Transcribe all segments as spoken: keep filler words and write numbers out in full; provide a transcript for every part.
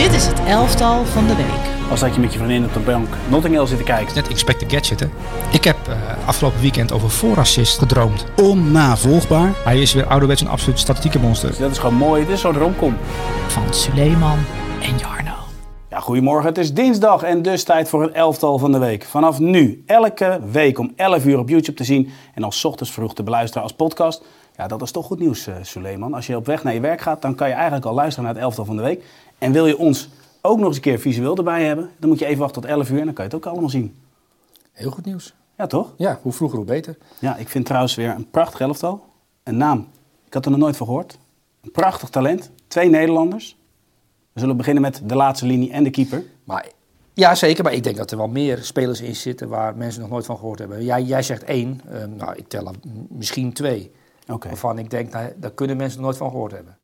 Dit is het elftal van de week. Als dat je met je vriendin op de bank Notting Hill zit te kijken. Net Inspect the Gadget, hè. Ik heb uh, afgelopen weekend over voorassist gedroomd. Onnavolgbaar. Hij is weer ouderwets een absoluut statistieke monster. Dus dat is gewoon mooi. Het is zo'n romcom. Van Suleiman en Jarno. Ja, goedemorgen. Het is dinsdag en dus tijd voor het elftal van de week. Vanaf nu, elke week om elf uur op YouTube te zien. En als 's ochtends vroeg te beluisteren als podcast. Ja, dat is toch goed nieuws, uh, Suleiman. Als je op weg naar je werk gaat, dan kan je eigenlijk al luisteren naar het elftal van de week. En wil je ons ook nog eens een keer visueel erbij hebben, dan moet je even wachten tot elf uur en dan kan je het ook allemaal zien. Heel goed nieuws. Ja, toch? Ja, hoe vroeger hoe beter. Ja, ik vind trouwens weer een prachtig elftal. Een naam. Ik had er nog nooit van gehoord. Een prachtig talent. Twee Nederlanders. We zullen beginnen met de laatste linie en de keeper. Maar, ja, zeker. Maar ik denk dat er wel meer spelers in zitten waar mensen nog nooit van gehoord hebben. Jij, jij zegt één. Uh, nou, ik tel er misschien twee. Okay. Waarvan ik denk, nou, daar kunnen mensen nog nooit van gehoord hebben.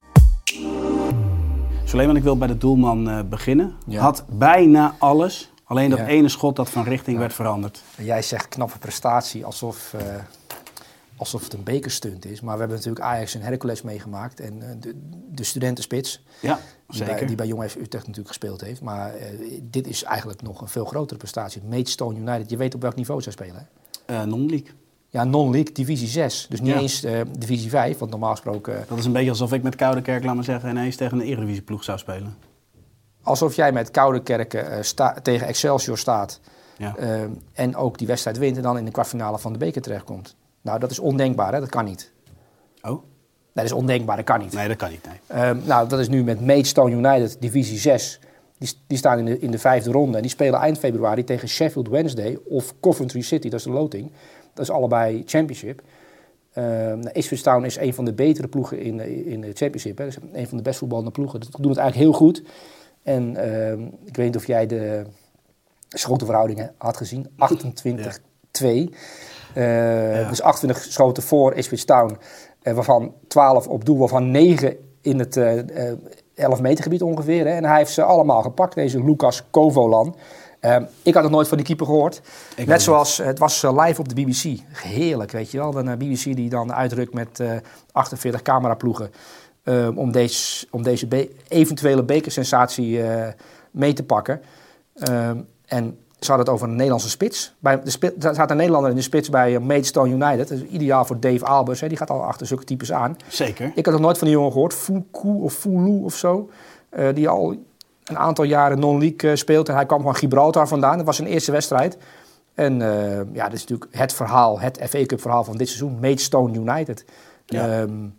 Suleiman, ik wil bij de doelman uh, beginnen. Ja. Had bijna alles. Alleen dat Ja. ene schot dat van richting Ja. werd veranderd. Jij zegt knappe prestatie alsof, uh, alsof het een bekerstunt is. Maar we hebben natuurlijk Ajax en Hercules meegemaakt. En uh, de, de studentenspits. Ja, die zeker. bij, die bij Jong F C Utrecht natuurlijk gespeeld heeft. Maar uh, dit is eigenlijk nog een veel grotere prestatie. Maidstone United. Je weet op welk niveau zij spelen, hè? Uh, non-league. Ja, non-league, divisie zes. Dus niet Ja. eens uh, divisie vijf, want normaal gesproken... Uh, Dat is een beetje alsof ik met Koudekerk, laat maar zeggen, ineens tegen een Eredivisieploeg zou spelen. alsof jij met Koudekerke uh, sta- tegen Excelsior staat... Ja. Uh, en ook die wedstrijd wint en dan in de kwartfinale van de beker terechtkomt. Nou, dat is ondenkbaar, hè? Dat kan niet. Oh? Nee, dat is ondenkbaar, dat kan niet. Nee, dat kan niet, nee. Uh, nou, dat is nu met Maidstone United, divisie zes. Die, die staan in de, in de vijfde ronde en die spelen eind februari tegen Sheffield Wednesday of Coventry City, dat is de loting. Dat is allebei championship. Uh, Ipswich Town is een van de betere ploegen in, in de championship. Hè. Dat is een van de best voetballende ploegen. Dat doen het eigenlijk heel goed. En uh, ik weet niet of jij de schotenverhoudingen had gezien. achtentwintig twee. Uh, ja. Dus achtentwintig schoten voor Ipswich Town. Uh, waarvan twaalf op doel, waarvan negen in het uh, uh, elf meter gebied ongeveer. Hè. En hij heeft ze allemaal gepakt, deze Lucas Kovolan. Uh, ik had nog nooit van die keeper gehoord. Ik Net zoals, uh, het was uh, live op de B B C. Heerlijk, weet je wel. De uh, B B C die dan uitrukt met uh, achtenveertig cameraploegen. Uh, om deze, om deze be- eventuele bekersensatie uh, mee te pakken. Uh, en ze hadden het over een Nederlandse spits. Bij de spi- er staat een Nederlander in de spits bij uh, Maidstone United. Dat is ideaal voor Dave Albers. Hè. Die gaat al achter zulke types aan. Zeker. Ik had nog nooit van die jongen gehoord. Fuku of Fulu of zo. Uh, die al een aantal jaren non-league uh, speelt. En hij kwam van Gibraltar vandaan. Dat was zijn eerste wedstrijd. En uh, ja, dat is natuurlijk het verhaal, het F A Cup verhaal van dit seizoen. Maidstone United. Ja, um,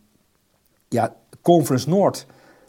ja Conference Noord.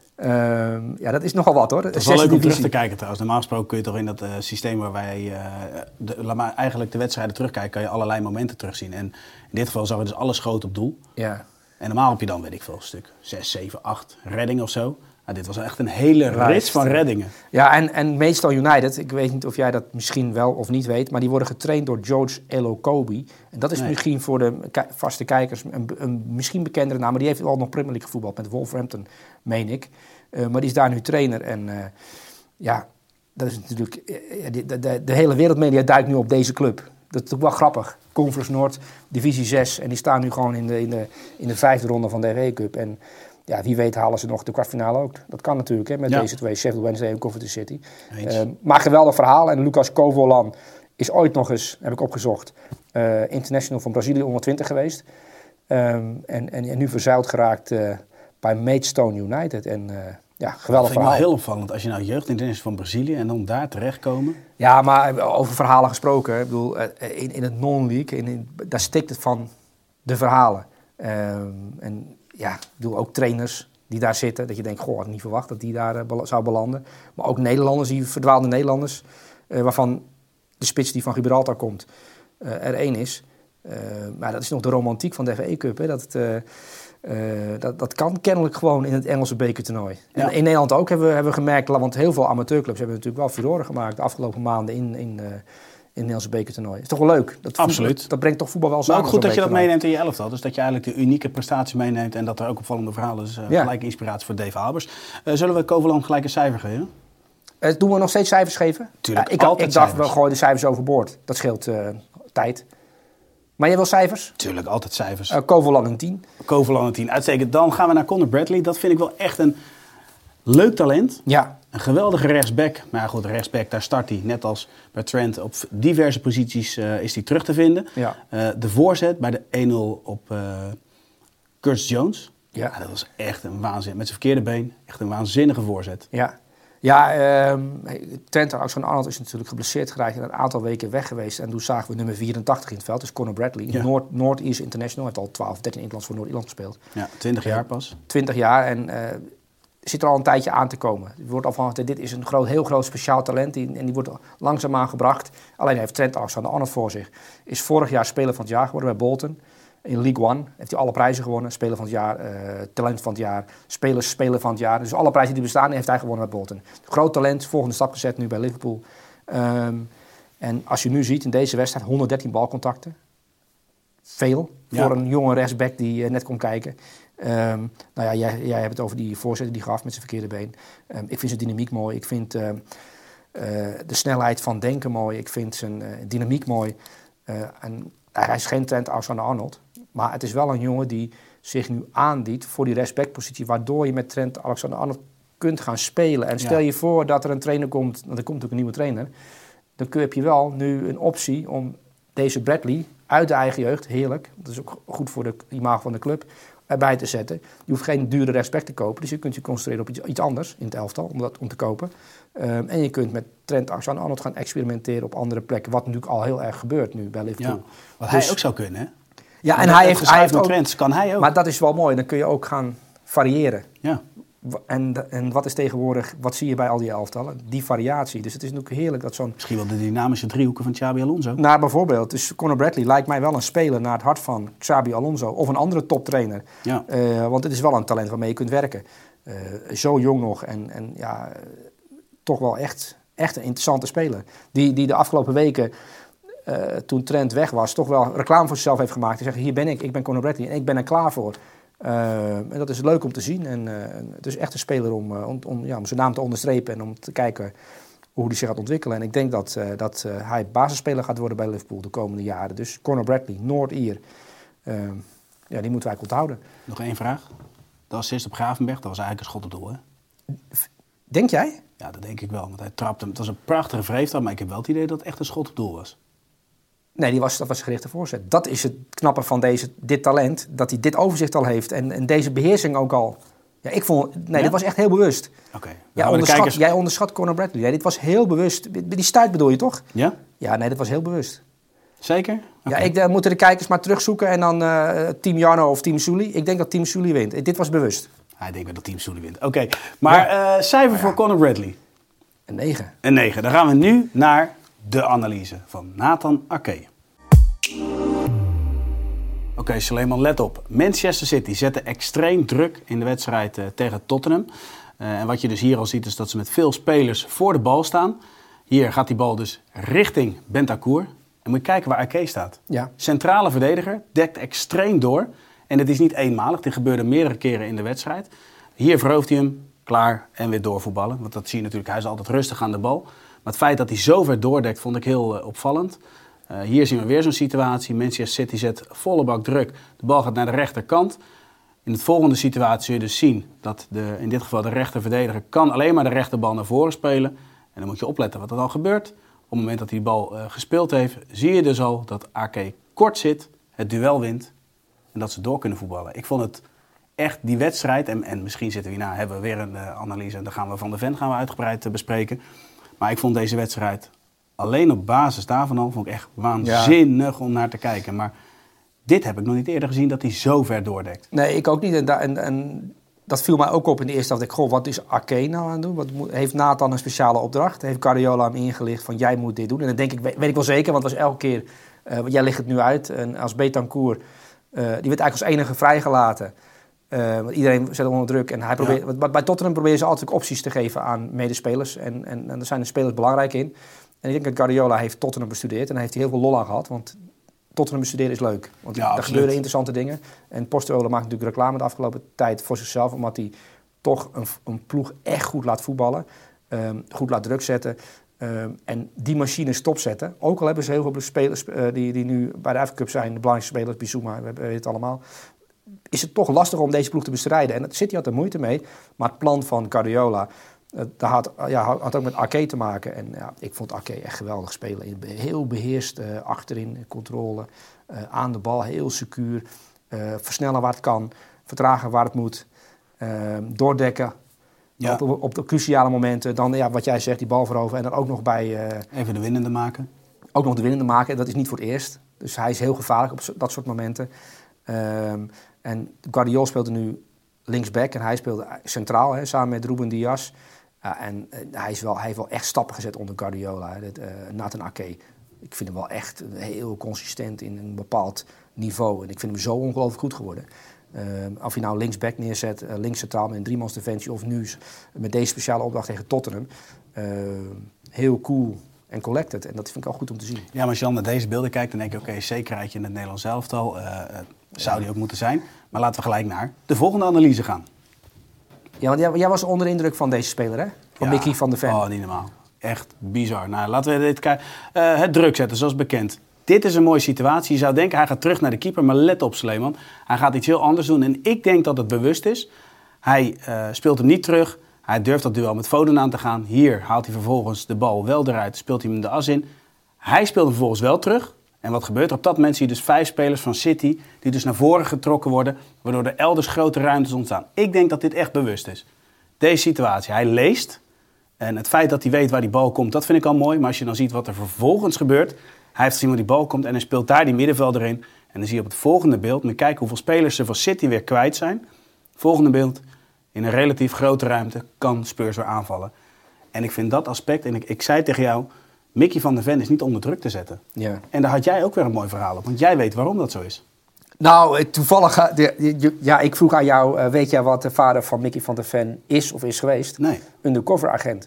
Um, ja, dat is nogal wat, hoor. Het is wel leuk om terug te kijken trouwens. Normaal gesproken kun je toch in dat uh, systeem waar wij uh, de, laat maar eigenlijk de wedstrijden terugkijken, kan je allerlei momenten terugzien. En in dit geval zag je dus alle schoten op doel. Ja. En normaal heb je dan, weet ik veel, een stuk zes, zeven, acht reddingen of zo. Nou, dit was echt een hele rits van reddingen. Ja, en, en Maidstone United, ik weet niet of jij dat misschien wel of niet weet, maar die worden getraind door George Elokobi. En dat is nee. misschien voor de ki- vaste kijkers een, een misschien bekendere naam, maar die heeft al nog Premier League gevoetbald met Wolverhampton, meen ik. Uh, maar die is daar nu trainer en uh, ja, dat is natuurlijk, uh, de, de, de hele wereldmedia duikt nu op deze club. Dat is ook wel grappig. Conference Noord, divisie zes en die staan nu gewoon in de, in de, in de vijfde ronde van de F A Cup. En ja, wie weet halen ze nog de kwartfinale ook. Dat kan natuurlijk, hè, met ja. deze twee, Sheffield Wednesday en Coventry City. Uh, maar geweldig verhaal. En Lucas Kovolan is ooit nog eens, heb ik opgezocht, uh, international van Brazilië onder twintig geweest. Um, en, en, en nu verzeild geraakt uh, bij Maidstone United. En uh, ja, geweldig verhaal. Dat vind ik wel heel opvallend als je nou jeugdinternational van Brazilië en dan daar terechtkomen. Ja, maar over verhalen gesproken. Ik bedoel, in, in het non-league, in, in, daar stikt het van de verhalen. Um, en ja, ik bedoel ook trainers die daar zitten. Dat je denkt, goh, had ik niet verwacht dat die daar uh, bel- zou belanden. Maar ook Nederlanders, die verdwaalde Nederlanders. Uh, waarvan de spits die van Gibraltar komt uh, er één is. Uh, maar dat is nog de romantiek van de F A Cup. Hè? Dat, het, uh, uh, dat, dat kan kennelijk gewoon in het Engelse bekertoernooi. Ja. En in Nederland ook hebben we, hebben we gemerkt, want heel veel amateurclubs hebben natuurlijk wel furoren gemaakt de afgelopen maanden in, in, uh, in het Nederlandse bekertoernooi. Dat is toch wel leuk? Dat Absoluut. Voetbal, dat brengt toch voetbal wel maar samen. Maar ook goed dat je dat meeneemt in je elftal. Dus dat je eigenlijk de unieke prestatie meeneemt en dat er ook opvallende verhalen is. Uh, ja. Gelijk inspiratie voor Dave Albers. Uh, zullen we Kovolan gelijk een cijfer geven? Uh, doen we nog steeds cijfers geven? Tuurlijk, ja, ik, altijd ik dacht, cijfers. we gooien de cijfers overboord. Dat scheelt uh, tijd. Maar jij wil cijfers? Tuurlijk, altijd cijfers. Uh, Kovolan een tien. Kovolan een tien, uitstekend. Dan gaan we naar Conor Bradley. Dat vind ik wel echt een... Leuk talent. Ja. Een geweldige rechtsback. Maar goed, rechtsback, daar start hij. Net als bij Trent. Op diverse posities uh, is hij terug te vinden. Ja. Uh, de voorzet bij de één nul op uh, Curtis Jones. Ja. Ja, dat was echt een waanzin. Met zijn verkeerde been. Echt een waanzinnige voorzet. Ja. Ja, um, Trent Alexander-Arnold is natuurlijk geblesseerd geraakt en een aantal weken weg geweest. En toen zagen we nummer vierentachtig in het veld, dus Conor Bradley. Ja. Noord, Noord-Ierse International, heeft al twaalf, dertien Interlands voor Noord-Ierland gespeeld. Ja, twintig jaar pas. twintig jaar en uh, zit er al een tijdje aan te komen. Het wordt al van, dit is een groot, heel groot speciaal talent die, en die wordt langzaamaan gebracht. Alleen heeft Trent Alexander-Arnold voor zich. Is vorig jaar speler van het jaar geworden bij Bolton. In League One heeft hij alle prijzen gewonnen. Speler van het jaar, uh, talent van het jaar, spelers, speler van het jaar. Dus alle prijzen die bestaan heeft hij gewonnen bij Bolton. Groot talent, volgende stap gezet nu bij Liverpool. Um, en als je nu ziet in deze wedstrijd, honderddertien balcontacten. Veel Ja. voor een jonge rechtsback die uh, net komt kijken. Um, nou ja, jij, jij hebt het over die voorzet die gaf met zijn verkeerde been. Um, ik vind zijn dynamiek mooi. Ik vind uh, uh, de snelheid van denken mooi. Ik vind zijn uh, dynamiek mooi. Uh, en hij is geen Trent Alexander-Arnold. Maar het is wel een jongen die zich nu aandient voor die respectpositie, waardoor je met Trent Alexander-Arnold kunt gaan spelen. En stel Ja. je voor dat er een trainer komt, want er komt natuurlijk een nieuwe trainer, dan heb je wel nu een optie om deze Bradley uit de eigen jeugd, heerlijk, dat is ook goed voor de imago van de club, erbij te zetten. Je hoeft geen dure respect te kopen, dus je kunt je concentreren op iets, iets anders in het elftal om dat om te kopen. Um, en je kunt met Trent Alexander-Arnold gaan experimenteren op andere plekken, wat natuurlijk al heel erg gebeurt nu bij Liverpool. Ja. Wat Dus- hij ook zou kunnen, hè? Ja, en Met hij heeft, hij heeft ook, Trends kan hij ook. maar dat is wel mooi. Dan kun je ook gaan variëren. Ja. W- En, en wat is tegenwoordig, wat zie je bij al die elftallen? Die variatie. Dus het is natuurlijk heerlijk dat zo'n... Misschien wel de dynamische driehoeken van Xabi Alonso. Nou, bijvoorbeeld, dus Conor Bradley lijkt mij wel een speler naar het hart van Xabi Alonso of een andere toptrainer. Ja. Uh, want het is wel een talent waarmee je kunt werken. Uh, zo jong nog en, en ja, uh, toch wel echt, echt een interessante speler. Die, die de afgelopen weken, uh, toen Trent weg was, toch wel reclame voor zichzelf heeft gemaakt. Hij zegt, hier ben ik, ik ben Conor Bradley en ik ben er klaar voor. Uh, en dat is leuk om te zien. En uh, het is echt een speler om, uh, om, om, ja, om zijn naam te onderstrepen en om te kijken hoe hij zich gaat ontwikkelen. En ik denk dat, uh, dat uh, hij basisspeler gaat worden bij Liverpool de komende jaren. Dus Conor Bradley, Noord-Ier, uh, ja, die moeten wij onthouden. Nog één vraag. De assist op Gravenberg, dat was eigenlijk een schot op doel, hè? Denk jij? Ja, dat denk ik wel. Want hij trapte hem. Het was een prachtige vreeftrap, maar ik heb wel het idee dat het echt een schot op doel was. Nee, die was, dat was een gerichte voorzet. Dat is het knappe van deze, dit talent, dat hij dit overzicht al heeft en, en deze beheersing ook al. Ja, ik vond, nee, Ja? dit was echt heel bewust. Oké. Okay. Ja, onderschat, jij onderschat Conor Bradley. Ja, dit was heel bewust. Die stuit bedoel je toch? Ja? Ja, nee, dat was heel bewust. Zeker? Okay. Ja, ik uh, moeten de kijkers maar terugzoeken en dan uh, Team Jarno of Team Sully. Ik denk dat Team Sully wint. Dit was bewust. Hij denkt dat Team Sully wint. Oké, okay. maar ja. uh, cijfer voor ja. Conor Bradley? Een negen. Een negen. Dan gaan we nu naar de analyse van Nathan Akee. Oké, okay, Suleiman, let op. Manchester City zette extreem druk in de wedstrijd uh, tegen Tottenham. Uh, en wat je dus hier al ziet is dat ze met veel spelers voor de bal staan. Hier gaat die bal dus richting Bentancur. En moet je kijken waar Akee staat. Ja. Centrale verdediger, dekt extreem door. En het is niet eenmalig, dit gebeurde meerdere keren in de wedstrijd. Hier verhooft hij hem, klaar en weer doorvoetballen. Want dat zie je natuurlijk, hij is altijd rustig aan de bal. Maar het feit dat hij zo ver doordekt vond ik heel uh, opvallend. Uh, hier zien we weer zo'n situatie. Manchester City zet volle bak druk. De bal gaat naar de rechterkant. In de volgende situatie zul je dus zien dat de, in dit geval de rechterverdediger kan alleen maar de rechterbal naar voren spelen. En dan moet je opletten wat er dan gebeurt. Op het moment dat hij die bal uh, gespeeld heeft, zie je dus al dat Akee kort zit, het duel wint en dat ze door kunnen voetballen. Ik vond het echt die wedstrijd, en, en misschien zitten we hierna, hebben we weer een uh, analyse en dan gaan we Van de Ven gaan we uitgebreid uh, bespreken. Maar ik vond deze wedstrijd alleen op basis daarvan al vond ik echt waanzinnig ja. om naar te kijken. Maar dit heb ik nog niet eerder gezien dat hij zo ver doordekt. Nee, ik ook niet. En, en, en dat viel mij ook op in de eerste helft. Goh, wat is Akee nou aan het doen? Wat moet, heeft Nathan een speciale opdracht? Heeft Guardiola hem ingelicht van jij moet dit doen? En dan denk ik, weet ik wel zeker, want het was elke keer, uh, jij legt het nu uit. En als Bentancur, uh, die werd eigenlijk als enige vrijgelaten. Uh, want iedereen zet hem onder druk. En hij probeert, ja. Bij Tottenham proberen ze altijd opties te geven aan medespelers. En, en, en daar zijn de spelers belangrijk in. En ik denk dat Guardiola heeft Tottenham bestudeerd. En daar heeft hij heel veel lol aan gehad. Want Tottenham bestuderen is leuk. Want ja, er gebeuren interessante dingen. En Postecoglou maakt natuurlijk reclame de afgelopen tijd voor zichzelf. Omdat hij toch een, een ploeg echt goed laat voetballen. Um, goed laat druk zetten. Um, en die machine stopzetten. Ook al hebben ze heel veel spelers uh, die, die nu bij de F A Cup zijn. De belangrijkste spelers, Bissouma, we weten het allemaal. is het toch lastig om deze ploeg te bestrijden. En City had er moeite mee, maar het plan van Guardiola, uh, dat had, uh, ja, had ook met Ake te maken. En ja, ik vond Ake echt geweldig spelen. Heel beheerst, uh, achterin, controle, uh, aan de bal, heel secuur. Uh, versnellen waar het kan, vertragen waar het moet, uh, doordekken. Ja. Op, op de cruciale momenten, dan ja, wat jij zegt, die bal veroveren en dan ook nog bij... Uh, Even de winnende maken. Ook nog de winnende maken, dat is niet voor het eerst. Dus hij is heel gevaarlijk op dat soort momenten. Um, en Guardiola speelde nu linksback en hij speelde centraal, hè, samen met Ruben Dias. Uh, en uh, hij, is wel, hij heeft wel echt stappen gezet onder Guardiola, hè, dit, uh, Nathan Ake. Ik vind hem wel echt heel consistent in een bepaald niveau. En ik vind hem zo ongelooflijk goed geworden. Uh, of je nou linksback neerzet, uh, links centraal met een driemans defensie of nu met deze speciale opdracht tegen Tottenham. Uh, heel cool en collected. En dat vind ik al goed om te zien. Ja, maar als je dan naar deze beelden kijkt, dan denk je, oké, okay, zekerheidje in het Nederlands elftal. Uh, uh, zou die ook moeten zijn. Maar laten we gelijk naar de volgende analyse gaan. Ja, want jij, jij was onder de indruk van deze speler, hè? Van ja. Mickey van der Ven. Oh, niet normaal. Echt bizar. Nou, laten we dit kijken. Uh, het druk zetten, zoals bekend. Dit is een mooie situatie. Je zou denken, hij gaat terug naar de keeper. Maar let op, Sleeman. Hij gaat iets heel anders doen. En ik denk dat het bewust is. Hij uh, speelt hem niet terug. Hij durft dat duel met Foden aan te gaan. Hier haalt hij vervolgens de bal wel eruit. Speelt hij hem de as in. Hij speelt hem vervolgens wel terug. En wat gebeurt er? Op dat moment zie je dus vijf spelers van City die dus naar voren getrokken worden, waardoor er elders grote ruimtes ontstaan. Ik denk dat dit echt bewust is. Deze situatie. Hij leest. En het feit dat hij weet waar die bal komt, dat vind ik al mooi. Maar als je dan ziet wat er vervolgens gebeurt. Hij heeft gezien waar die bal komt en hij speelt daar die middenvelder in. En dan zie je op het volgende beeld, moet je kijken hoeveel spelers er van City weer kwijt zijn. Volgende beeld. In een relatief grote ruimte kan Spurs weer aanvallen. En ik vind dat aspect, en ik, ik zei tegen jou, Mickey van der Ven is niet onder druk te zetten. Ja. En daar had jij ook weer een mooi verhaal op, want jij weet waarom dat zo is. Nou, toevallig, ja, ik vroeg aan jou, weet jij wat de vader van Mickey van der Ven is of is geweest? Nee. Undercover agent.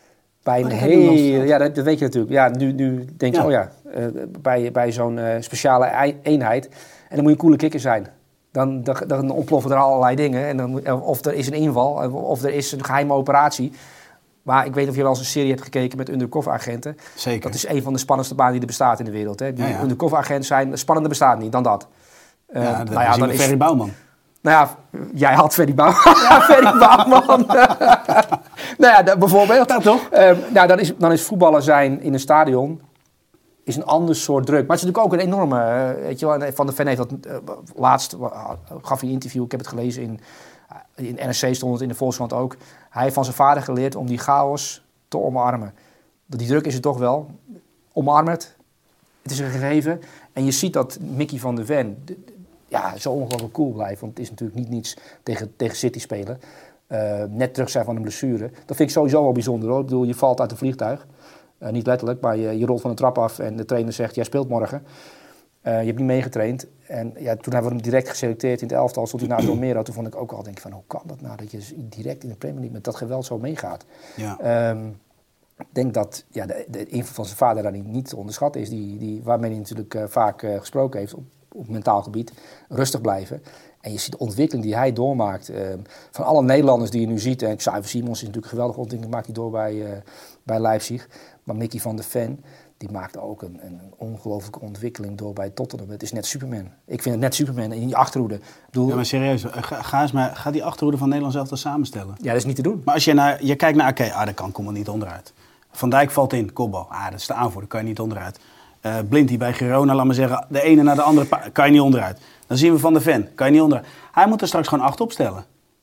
Bij een hele, ja, dat, dat weet je natuurlijk. Ja, nu, nu denk je, ja. oh ja, uh, bij, bij zo'n uh, speciale eenheid. En dan moet je een coole kikker zijn. Dan, dan, dan ontploffen er allerlei dingen. En dan, of er is een inval, of er is een geheime operatie. Maar ik weet niet of je wel eens een serie hebt gekeken met undercover agenten. Zeker. Dat is een van de spannendste banen die er bestaat in de wereld. Hè. Die ja, ja. undercover agenten zijn, spannender bestaat niet dan dat. Uh, ja, dat nou ja, dan is Ferry Bouwman. Nou ja, jij had Ferry Bouwman. ja, Ferry Bouwman. nou ja, dat, bijvoorbeeld. Dat toch? Uh, nou, dan is, dan is voetballer zijn in een stadion is een ander soort druk. Maar het is natuurlijk ook een enorme... Uh, weet je wel, Van der Ven heeft dat uh, laatst... Uh, gaf hij een interview, ik heb het gelezen in... In N R C stond het, in de Volkskrant ook. Hij heeft van zijn vader geleerd om die chaos te omarmen. Die druk is er toch wel. Omarm het. Het is een gegeven. En je ziet dat Mickey van der Ven ja, zo ongelooflijk cool blijft. Want het is natuurlijk niet niets tegen, tegen City spelen. Uh, net terug zijn van een blessure. Dat vind ik sowieso wel bijzonder hoor. Ik bedoel, je valt uit een vliegtuig. Uh, niet letterlijk, maar je, je rolt van een trap af en de trainer zegt, jij speelt morgen. Uh, je hebt niet meegetraind. En ja, toen hebben we hem direct geselecteerd in het elftal. Stond hij naast Romero. Toen vond ik ook al, denk van, hoe kan dat nou? Dat je direct in de Premier League met dat geweld zo meegaat. Ja. Um, ik denk dat ja, de, de invloed van zijn vader daar niet, niet te onderschatten is. Die, die, waarmee hij natuurlijk uh, vaak uh, gesproken heeft op, op mentaal gebied. Rustig blijven. En je ziet de ontwikkeling die hij doormaakt. Uh, van alle Nederlanders die je nu ziet. En Xavier Simons is natuurlijk een geweldige ontwikkeling. Maakt hij door bij, uh, bij Leipzig. Maar Mickey van der Ven... die maakt ook een, een ongelooflijke ontwikkeling door bij Tottenham. Het is net Superman. Ik vind het net Superman in die achterhoede. Bedoel, ja, maar serieus, ga, ga, eens maar, ga die achterhoede van Nederland zelf dan samenstellen. Ja, dat is niet te doen. Maar als je, naar, je kijkt naar, oké, okay, ah, dat kan, kom er niet onderuit. Van Dijk valt in, kopbal. Ah, dat is de aanvoerder, kan je niet onderuit. Uh, Blind die bij Girona, laat maar zeggen, de ene naar de andere, pa- kan je niet onderuit. Dan zien we Van der Ven, kan je niet onderuit. Hij moet er straks gewoon acht opstellen.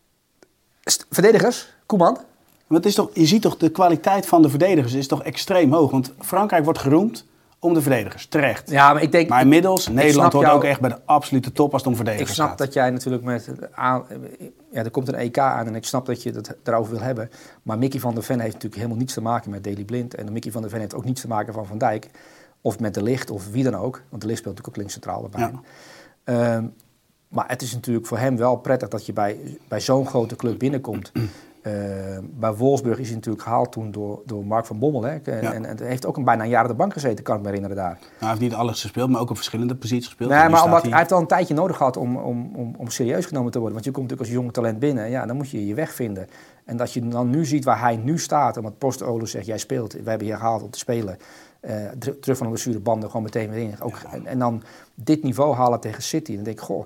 Verdedigers, Koeman... Maar het is toch, je ziet toch, de kwaliteit van de verdedigers is toch extreem hoog. Want Frankrijk wordt geroemd om de verdedigers, terecht. Ja, maar ik denk... Maar inmiddels, Nederland hoort jou, ook echt bij de absolute top als het om verdedigers gaat. Ik snap gaat. dat jij natuurlijk met... Aan, ja, er komt een E K aan en ik snap dat je het daarover wil hebben. Maar Mickey van der Ven heeft natuurlijk helemaal niets te maken met Daley Blind. En Mickey van der Ven heeft ook niets te maken van Van Dijk. Of met De Ligt of wie dan ook. Want De Ligt speelt natuurlijk ook links centraal bij hem. Ja. Um, maar het is natuurlijk voor hem wel prettig dat je bij, bij zo'n grote club binnenkomt... Uh, bij Wolfsburg is hij natuurlijk gehaald toen door, door Mark van Bommel. Hè? En, ja. en, en heeft ook een bijna een jaar op de bank gezeten, kan ik me herinneren daar. Nou, hij heeft niet alles gespeeld, maar ook op verschillende posities gespeeld. Nee, maar omdat, hij... hij heeft al een tijdje nodig gehad om, om, om, om serieus genomen te worden. Want je komt natuurlijk als jong talent binnen, ja, dan moet je je weg vinden. En dat je dan nu ziet waar hij nu staat, omdat Postecoglou zegt, jij speelt, we hebben je gehaald om te spelen. Uh, terug van een blessure, banden gewoon meteen weer in. Ook, ja. en, en dan dit niveau halen tegen City. Dan denk ik, goh...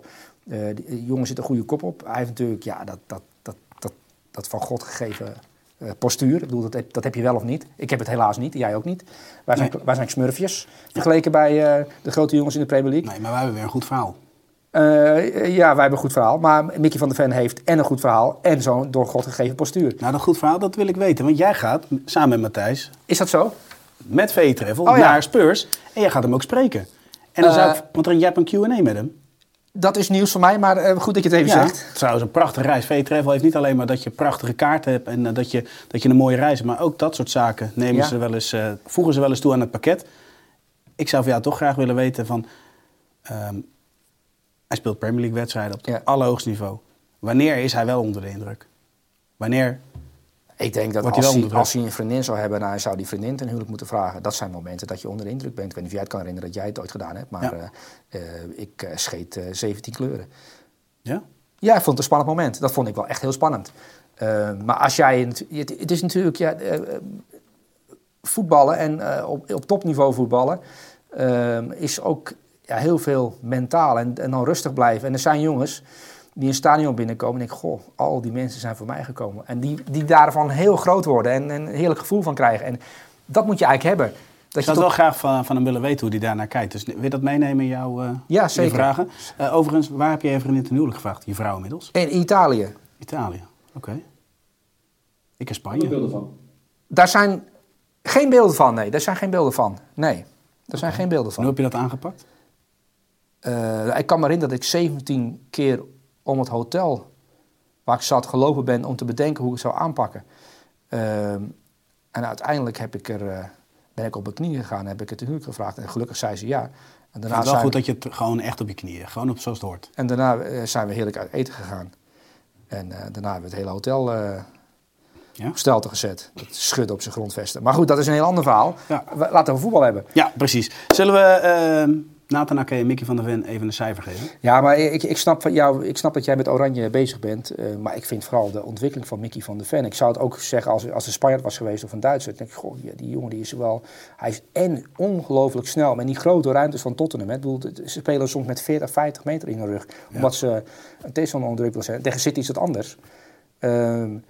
Uh, die jongen zit een goede kop op. Hij heeft natuurlijk ja, dat, dat, dat, dat, dat van God gegeven uh, postuur. Ik bedoel, dat, heb, dat heb je wel of niet. Ik heb het helaas niet, jij ook niet. Wij zijn, nee. wij zijn smurfjes, vergeleken ja. bij uh, de grote jongens in de Premier League. Nee, maar wij hebben weer een goed verhaal. Uh, ja, wij hebben een goed verhaal. Maar Mickey van der Ven heeft en een goed verhaal en zo'n door God gegeven postuur. Nou, dat goed verhaal, dat wil ik weten. Want jij gaat, samen met Matthijs... Is dat zo? Met V-Travel oh, naar ja. Spurs. En jij gaat hem ook spreken. En dan uh, zou ik, want jij hebt een Q en A met hem. Dat is nieuws voor mij, maar uh, goed dat je het even ja, zegt. Trouwens, een prachtige reis. V-Travel heeft niet alleen maar dat je prachtige kaarten hebt en uh, dat, je, dat je een mooie reis hebt. Maar ook dat soort zaken nemen ja. ze wel eens, uh, voegen ze wel eens toe aan het pakket. Ik zou van jou toch graag willen weten van... Um, hij speelt Premier League wedstrijden op het ja. allerhoogste niveau. Wanneer is hij wel onder de indruk? Wanneer Ik denk dat als hij, als hij een vriendin zou hebben... Nou, hij zou die vriendin ten huwelijk moeten vragen. Dat zijn momenten dat je onder de indruk bent. Ik weet niet of jij het kan herinneren dat jij het ooit gedaan hebt. Maar ja. uh, uh, ik uh, scheet uh, zeventien kleuren. Ja? Ja, ik vond het een spannend moment. Dat vond ik wel echt heel spannend. Uh, maar als jij... Het, het is natuurlijk... Ja, uh, voetballen en uh, op, op topniveau voetballen... Uh, is ook... Ja, heel veel mentaal en, en dan rustig blijven. En er zijn jongens die een stadion binnenkomen en denken... goh, al die mensen zijn voor mij gekomen. En die, die daarvan heel groot worden en, en een heerlijk gevoel van krijgen. En dat moet je eigenlijk hebben. Dat ik zou toch... wel graag van, van hem willen weten hoe hij daarnaar kijkt. Dus wil je dat meenemen in jouw uh, ja, zeker. vragen? Uh, overigens, waar heb je je vriendin ten huwelijk gevraagd? Je vrouw inmiddels? In Italië. Italië, oké. Okay. Ik in Spanje. Heb je beelden van? Daar zijn geen beelden van, nee. Daar zijn geen beelden van, nee. Daar okay. zijn geen beelden van. En hoe heb je dat aangepakt? Uh, ik kan me herinneren dat ik zeventien keer om het hotel waar ik zat gelopen ben om te bedenken hoe ik het zou aanpakken. Uh, en uiteindelijk heb ik er, uh, ben ik op mijn knieën gegaan en heb ik het ten huwelijk gevraagd. En gelukkig zei ze ja. En daarna het is wel goed we... dat je het gewoon echt op je knieën, gewoon op zoals het hoort. En daarna uh, zijn we heerlijk uit eten gegaan. En uh, daarna hebben we het hele hotel uh, ja? op stelte gezet. Dat schudden op zijn grondvesten. Maar goed, dat is een heel ander verhaal. Ja. We, laten we voetbal hebben. Ja, precies. Zullen we... Uh... Nathan Ake en Mickey van der Ven even een cijfer geven? Ja, maar ik, ik, snap van jou, ik snap dat jij met Oranje bezig bent. Uh, maar ik vind vooral de ontwikkeling van Mickey van der Ven. Ik zou het ook zeggen als, als een Spanjaard was geweest of een Duitser. Dan denk ik, goh, ja, die jongen die is wel... Hij is en ongelooflijk snel. Met die grote ruimtes van Tottenham. Hè. Ik bedoel, ze spelen soms met veertig, vijftig meter in de rug. Ja. Omdat ze een tegenstander onder druk willen zetten. Tegen City is dat anders. Um,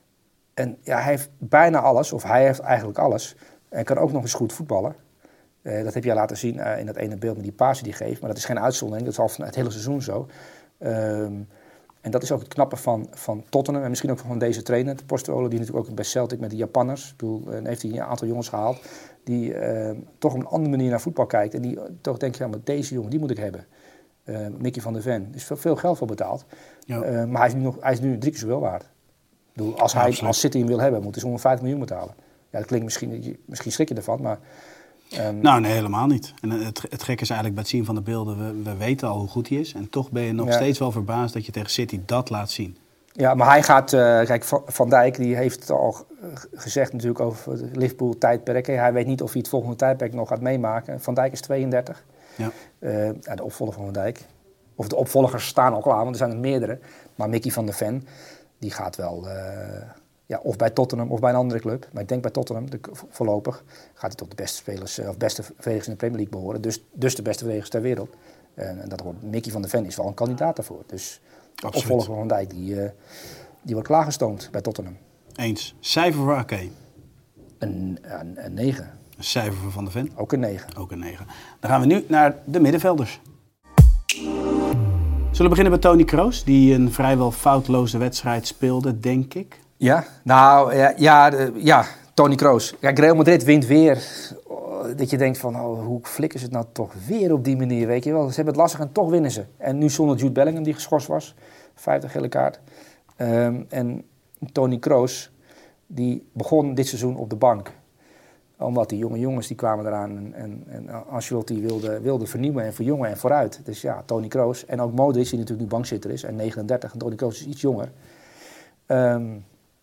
en ja, hij heeft bijna alles. Of hij heeft eigenlijk alles. En kan ook nog eens goed voetballen. Uh, dat heb jij laten zien uh, in dat ene beeld met die paas die hij geeft. Maar dat is geen uitzondering, dat is al van het hele seizoen zo. Um, en dat is ook het knappe van, van Tottenham en misschien ook van deze trainer, de Postecoglou, die natuurlijk ook bij Celtic met de Japanners. Ik bedoel, uh, heeft hij een aantal jongens gehaald die uh, toch op een andere manier naar voetbal kijkt. En die uh, toch denken, ja, maar deze jongen, die moet ik hebben. Uh, Mickey van der Ven. Er is veel, veel geld voor betaald. Ja. Uh, maar hij is, nu nog, hij is nu drie keer zoveel waard. Ik bedoel, als, hij, als City hem wil hebben, moet hij honderdvijftig miljoen betalen. Ja, dat klinkt misschien, misschien schrik je ervan, maar... Um, nou, nee, helemaal niet. En het, het gekke is eigenlijk bij het zien van de beelden, we, we weten al hoe goed hij is. En toch ben je nog ja. steeds wel verbaasd dat je tegen City dat laat zien. Ja, maar hij gaat, uh, kijk, Van, Van Dijk die heeft het al gezegd natuurlijk over het Liverpool-tijdperk. Hij weet niet of hij het volgende tijdperk nog gaat meemaken. Van Dijk is tweeëndertig. Ja. Uh, ja, de opvolger van Van Dijk. Of de opvolgers staan al klaar, want er zijn er meerdere. Maar Mickey van der Ven, die gaat wel... Uh, Ja, of bij Tottenham of bij een andere club. Maar ik denk bij Tottenham, de, voorlopig, gaat hij tot de beste spelers of beste verdedigers in de Premier League behoren. Dus, dus de beste verdedigers ter wereld. En, en dat hoort Mickey van der Ven is wel een kandidaat daarvoor. Dus de opvolger van Van Dijk, die, uh, die wordt klaargestoomd bij Tottenham. Eens. Cijfer voor Ake? Een, een, een negen. Een cijfer voor Van der Ven? Ook een negen. Ook een negen. Dan gaan we nu naar de middenvelders. Zullen we beginnen met Toni Kroos, die een vrijwel foutloze wedstrijd speelde, denk ik. Ja, nou ja, ja, de, ja Toni Kroos. Kijk, Real Madrid wint weer. Oh, dat je denkt van, oh, hoe flikken ze het nou toch weer op die manier, weet je wel. Ze hebben het lastig en toch winnen ze. En nu zonder Jude Bellingham, die geschorst was. vijftig gele kaart. Um, en Toni Kroos, die begon dit seizoen op de bank. Omdat die jonge jongens, die kwamen eraan. En, en, en Ancelotti wilde, wilde vernieuwen en verjongen en vooruit. Dus ja, Toni Kroos. En ook Modric, die natuurlijk nu bankzitter is. En negenendertig. En Toni Kroos is iets jonger. Um,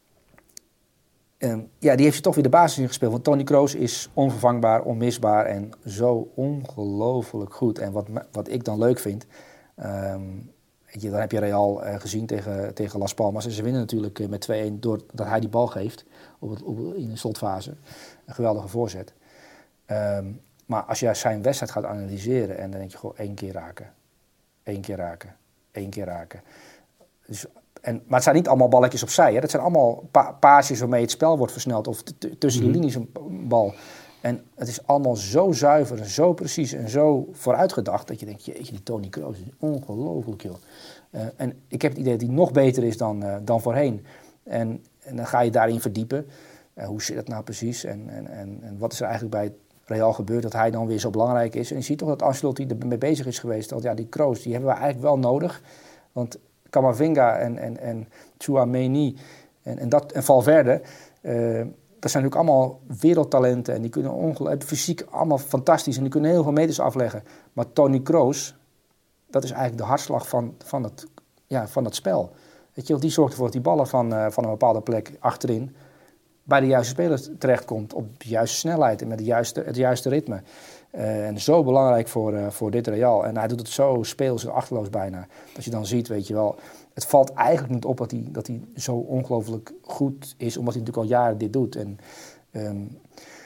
Um, ja, die heeft je toch weer de basis ingespeeld. Want Toni Kroos is onvervangbaar, onmisbaar en zo ongelooflijk goed. En wat, wat ik dan leuk vind... Um, weet je, dan heb je Real uh, gezien tegen, tegen Las Palmas. En ze winnen natuurlijk uh, met twee-een doordat hij die bal geeft op het, op, in de slotfase. Een geweldige voorzet. Um, maar als je zijn wedstrijd gaat analyseren... en dan denk je gewoon één keer raken. Eén keer raken. één keer raken. Dus, en, maar het zijn niet allemaal balletjes opzij. Hè. Dat zijn allemaal pa- paasjes waarmee het spel wordt versneld. Of t- t- tussen Mm-hmm. de linies een bal. En het is allemaal zo zuiver en zo precies en zo vooruitgedacht. Dat je denkt, jeetje, die Toni Kroos is ongelooflijk, joh. Uh, en ik heb het idee dat hij nog beter is dan, uh, dan voorheen. En, en dan ga je daarin verdiepen. Uh, hoe zit dat nou precies? En, en, en, en wat is er eigenlijk bij Real gebeurd dat hij dan weer zo belangrijk is? En je ziet toch dat Ancelotti ermee bezig is geweest. Dat ja, die Kroos, die hebben we eigenlijk wel nodig. Want Camavinga en, en, en Tchouaméni en, en, dat, en Valverde... Uh, dat zijn natuurlijk allemaal wereldtalenten. En die kunnen ongelooflijk fysiek allemaal fantastisch. En die kunnen heel veel meters afleggen. Maar Toni Kroos, dat is eigenlijk de hartslag van, van, het, ja, van het spel. Weet je wel, die zorgt ervoor dat die ballen van, uh, van een bepaalde plek achterin bij de juiste spelers terechtkomt. Op de juiste snelheid en met de juiste, het juiste ritme. Uh, en zo belangrijk voor, uh, voor dit Real. En hij doet het zo speels en achterloos bijna. Dat je dan ziet, weet je wel, het valt eigenlijk niet op dat hij, dat hij zo ongelooflijk goed is, omdat hij natuurlijk al jaren dit doet. En um,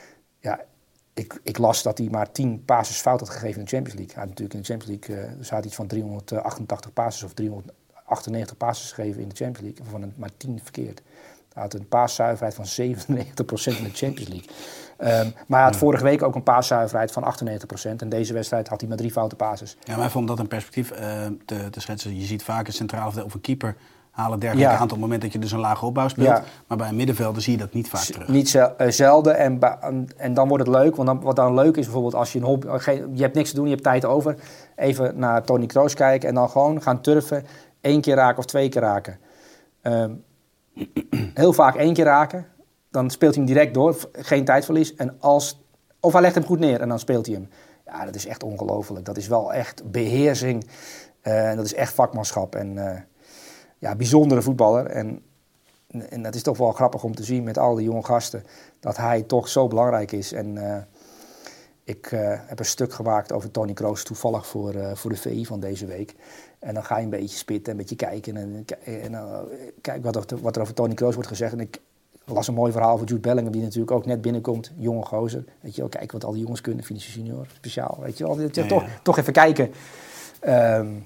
ja, ik, ik las dat hij maar tien passes fout had gegeven in de Champions League. Hij had natuurlijk in de Champions League, uh, dus hij had iets van driehonderdachtentachtig passes of driehonderdachtennegentig passes gegeven in de Champions League. Van een, maar tien verkeerd. Hij had een paaszuiverheid van zevenennegentig procent in de Champions League. Um, maar hij had vorige week ook een paaszuiverheid van achtennegentig procent. En deze wedstrijd had hij maar drie foute passes. Ja, maar even om dat in perspectief uh, te, te schetsen. Je ziet vaak een centraal of een keeper halen dergelijke Ja. aan op het moment dat je dus een lage opbouw speelt. Ja. Maar bij een middenvelder zie je dat niet vaak terug. Niet zel- uh, zelden. En, ba- en dan wordt het leuk. Want dan, wat dan leuk is bijvoorbeeld als je een hobby... Geen, je hebt niks te doen, je hebt tijd over. Even naar Toni Kroos kijken en dan gewoon gaan turfen. Eén keer raken of twee keer raken. Um, heel vaak één keer raken. Dan speelt hij hem direct door. Geen tijdverlies. En als, of hij legt hem goed neer en dan speelt hij hem. Ja, dat is echt ongelooflijk. Dat is wel echt beheersing. Uh, dat is echt vakmanschap. En uh, ja, bijzondere voetballer. En, en dat is toch wel grappig om te zien met al die jonge gasten. Dat hij toch zo belangrijk is. En uh, ik uh, heb een stuk gemaakt over Toni Kroos. Toevallig voor, uh, voor de V I van deze week. En dan ga je een beetje spitten, een beetje kijken. En, en uh, kijk wat er, wat er over Toni Kroos wordt gezegd. En ik las een mooi verhaal over Jude Bellingham, die natuurlijk ook net binnenkomt. Jonge gozer. Weet je wel, kijk wat al die jongens kunnen. Vinicius Junior, speciaal. Weet je wel, ja, ja. Toch, toch even kijken. Um,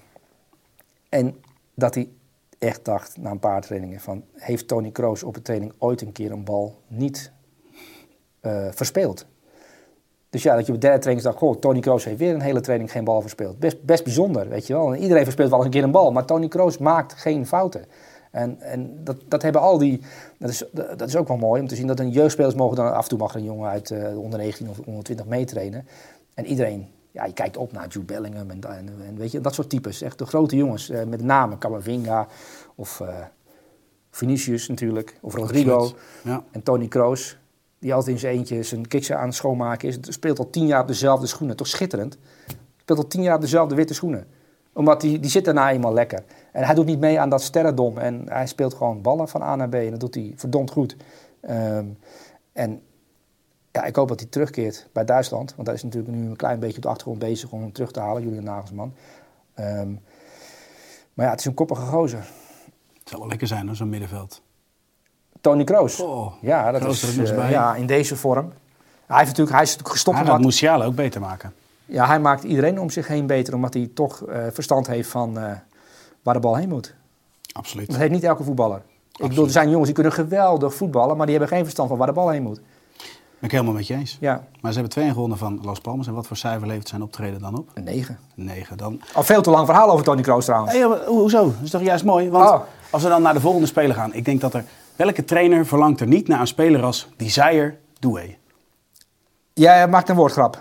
en dat hij echt dacht, na een paar trainingen, van... heeft Toni Kroos op een training ooit een keer een bal niet uh, verspeeld? Dus ja, dat je op de derde training dacht, goh, Toni Kroos heeft weer een hele training geen bal verspeeld. Best, best bijzonder, weet je wel. En iedereen verspeelt wel eens een keer een bal, maar Toni Kroos maakt geen fouten. En, en dat, dat hebben al die... Dat is, dat is ook wel mooi om te zien dat een jeugdspelers mogen dan... Af en toe mag er een jongen uit uh, de onder negentien of onder twintig meetrainen. En iedereen... Ja, je kijkt op naar Jude Bellingham en, en, en weet je, dat soort types. Echt de grote jongens, uh, met name Camavinga of uh, Vinicius natuurlijk, of Rodrigo. Ja. En Toni Kroos, die altijd in zijn eentje zijn kiksen aan het schoonmaken is. Speelt al tien jaar op dezelfde schoenen, toch schitterend. Speelt al tien jaar op dezelfde witte schoenen. Omdat die, die zit daarna eenmaal lekker. En hij doet niet mee aan dat sterrendom. En hij speelt gewoon ballen van A naar B. En dat doet hij verdomd goed. Um, en ja, ik hoop dat hij terugkeert bij Duitsland. Want daar is natuurlijk nu een klein beetje op de achtergrond bezig om hem terug te halen, Julian Nagelsman. Um, maar ja, het is een koppige gozer. Het zou wel lekker zijn, hoor, zo'n middenveld. Toni Kroos. Oh, ja, dat Kroos is er uh, bij. Ja, in deze vorm. Hij, heeft natuurlijk, hij is natuurlijk gestopt. Hij gaat Musiala ook beter maken. Ja, hij maakt iedereen om zich heen beter, omdat hij toch uh, verstand heeft van uh, waar de bal heen moet. Absoluut. Dat heeft niet elke voetballer. Absoluut. Ik bedoel, er zijn jongens die kunnen geweldig voetballen, maar die hebben geen verstand van waar de bal heen moet. Ben ik helemaal met je eens. Ja. Maar ze hebben twee gewonnen van Las Palmas. En wat voor cijfer levert zijn optreden dan op? Een negen. Een negen. Dan... Al veel te lang verhaal over Toni Kroos trouwens. Hey, hoezo? Dat is toch juist mooi? Want oh. als we dan naar de volgende speler gaan. Ik denk dat er... Welke trainer verlangt er niet naar een speler als Desire Doué? Jij maakt een woordgrap.